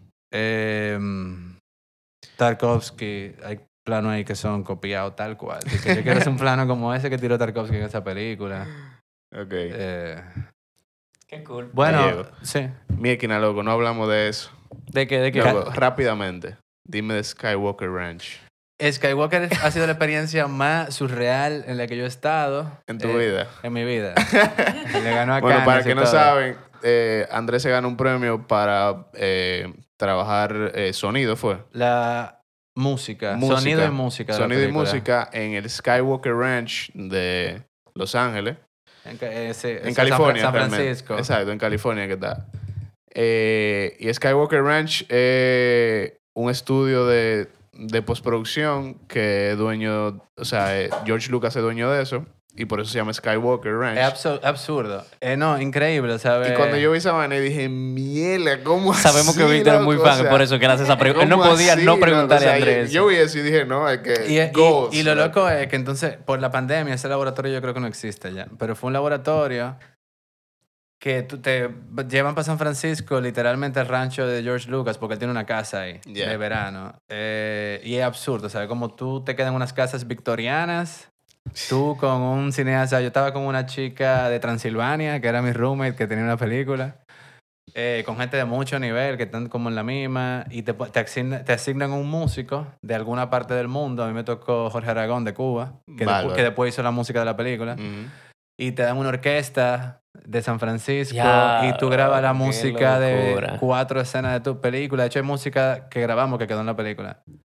Tarkovsky, hay planos ahí que son copiados tal cual. Así que yo quiero hacer un plano como ese que tiró Tarkovsky en esa película. Ok. Qué cool. Bueno, Diego. sí. Miequina, loco, no hablamos de eso. ¿De qué? Loco, rápidamente. Dime de Skywalker Ranch. Skywalker ha sido la experiencia más surreal en la que yo he estado. En tu vida. En mi vida. Le ganó a Bueno, para Cannes y que no todo. saben, Andrés se ganó un premio para trabajar sonido, ¿fue? La música. Música. Sonido y música. de la Sonido y película. música en el Skywalker Ranch de Los Ángeles. Sí, En California, San realmente. Francisco. Exacto, en California que está. Y Skywalker Ranch, un estudio de postproducción que es dueño, o sea, George Lucas es dueño de eso y por eso se llama Skywalker Ranch. Es absurdo. No, increíble, ¿sabes? Y cuando yo vi esa vaina dije, miela, ¿cómo Sabemos así, que Víctor es muy loco? O fan, sea, por eso que él hace esa pregunta. Él no ¿cómo podía así, no loco? preguntarle O sea, a Andrés. Yo vi eso y dije, no, es que Y lo loco. loco es que entonces, por la pandemia, ese laboratorio yo creo que no existe ya. Pero fue un laboratorio que te llevan para San Francisco, literalmente al rancho de George Lucas, porque él tiene una casa ahí Yeah. de verano. Y es absurdo, ¿sabes? Como tú te quedas en unas casas victorianas, tú con un cineasta. Yo estaba con una chica de Transilvania, que era mi roommate, que tenía una película. Con gente de mucho nivel, que están como en la misma, y te asignan un músico de alguna parte del mundo. A mí me tocó Jorge Aragón de Cuba, Bárbaro. que después hizo la música de la película. Ujú. Y te dan una orquesta de San Francisco Ya, y tú grabas la qué música de locura. 4 escenas de tu película. De hecho, hay música que grabamos que quedó en la película.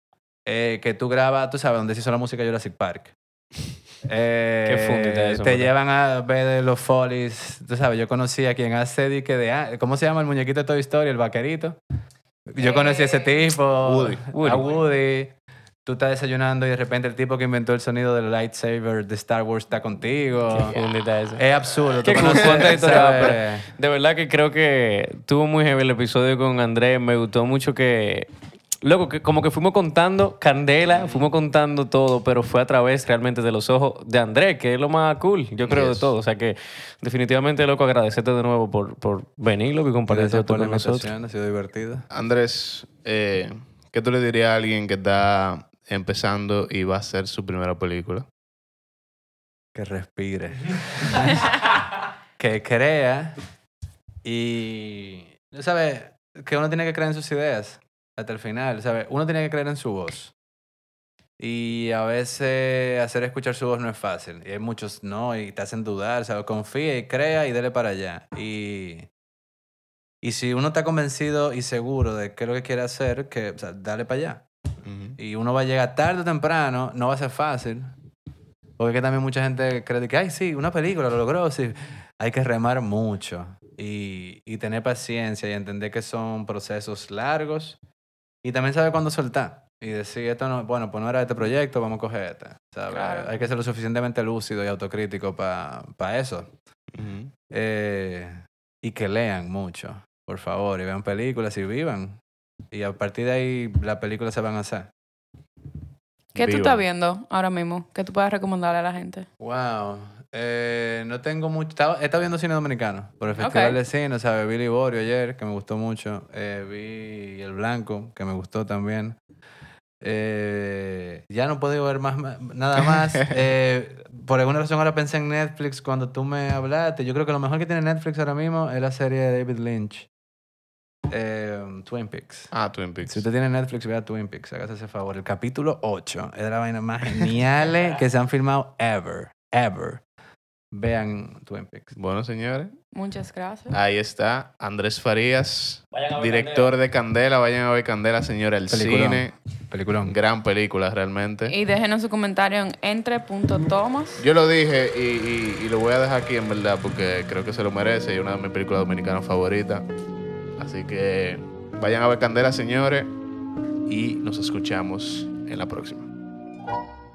que tú grabas, tú sabes, donde se hizo la música de Jurassic Park. fundita eso, te ¿verdad? llevan a ver de los Follies. Tú sabes, yo conocí a quien hace ¿cómo se llama el muñequito de Toy Story? El vaquerito. Yo conocí a ese tipo. Woody. A Woody. Tú estás desayunando y de repente el tipo que inventó el sonido del lightsaber de Star Wars está contigo. Qué fundita eso. Es absurdo. Qué Tú cool, conoces, cuánta historia, ¿sabes? pero de verdad que creo que tuvo muy heavy el episodio con Andrés. Me gustó mucho que... Loco, que como que fuimos contando Candela, fuimos contando todo, pero fue a través realmente de los ojos de Andrés, que es lo más cool, yo creo, Yes. de todo. O sea que definitivamente, loco, agradecerte de nuevo por venir, loco, y compartir Gracias todo por la con nosotros. invitación, ha sido divertido. Andrés, ¿qué tú le dirías a alguien que está empezando y va a hacer su primera película? Que respire. Que crea y, ¿sabes? Que uno tiene que creer en sus ideas hasta el final, ¿sabes? Uno tiene que creer en su voz. Y a veces hacer escuchar su voz no es fácil. Y hay muchos no y te hacen dudar, ¿sabes? Confía y crea y dele para allá. Y si uno está convencido y seguro de qué es lo que quiere hacer, que, o sea, dale para allá. Y uno va a llegar tarde o temprano, no va a ser fácil. Porque que también mucha gente cree que, ay, sí, una película, lo logró, sí. Hay que remar mucho y tener paciencia y entender que son procesos largos y también saber cuándo soltar y decir, esto no, bueno, pues no era este proyecto, vamos a coger este. ¿Sabes? Claro. Hay que ser lo suficientemente lúcido y autocrítico para eso. Ujú. Y que lean mucho, por favor, y vean películas y vivan. Y a partir de ahí, las películas se van a hacer. ¿Qué tú Viva. estás viendo ahora mismo? ¿Qué tú puedes recomendarle a la gente? Wow. No tengo mucho. He estado viendo cine dominicano por el Festival Ok. de Cine, o sea, vi Liborio ayer, que me gustó mucho. Vi El Blanco, que me gustó también. Ya no puedo ver nada más. Por alguna razón ahora pensé en Netflix cuando tú me hablaste. Yo creo que lo mejor que tiene Netflix ahora mismo es la serie de David Lynch. Twin Peaks. Ah, Twin Peaks. Si usted tiene Netflix, vea Twin Peaks, hágase ese favor. El capítulo 8 es de la vaina más geniales que se han filmado ever. Vean Twin Peaks. Bueno, señores, Muchas gracias. ahí está Andrés Farías, Vayan a ver director de Candela. Vayan a ver Candela, señora, el Peliculón. cine. Peliculón. Gran película, realmente. Y déjenos su comentario en entre.thomas. Yo lo dije y lo voy a dejar aquí, en verdad, porque creo que se lo merece y es una de mis películas dominicanas favoritas. Así que vayan a ver Candela, señores, y nos escuchamos en la próxima.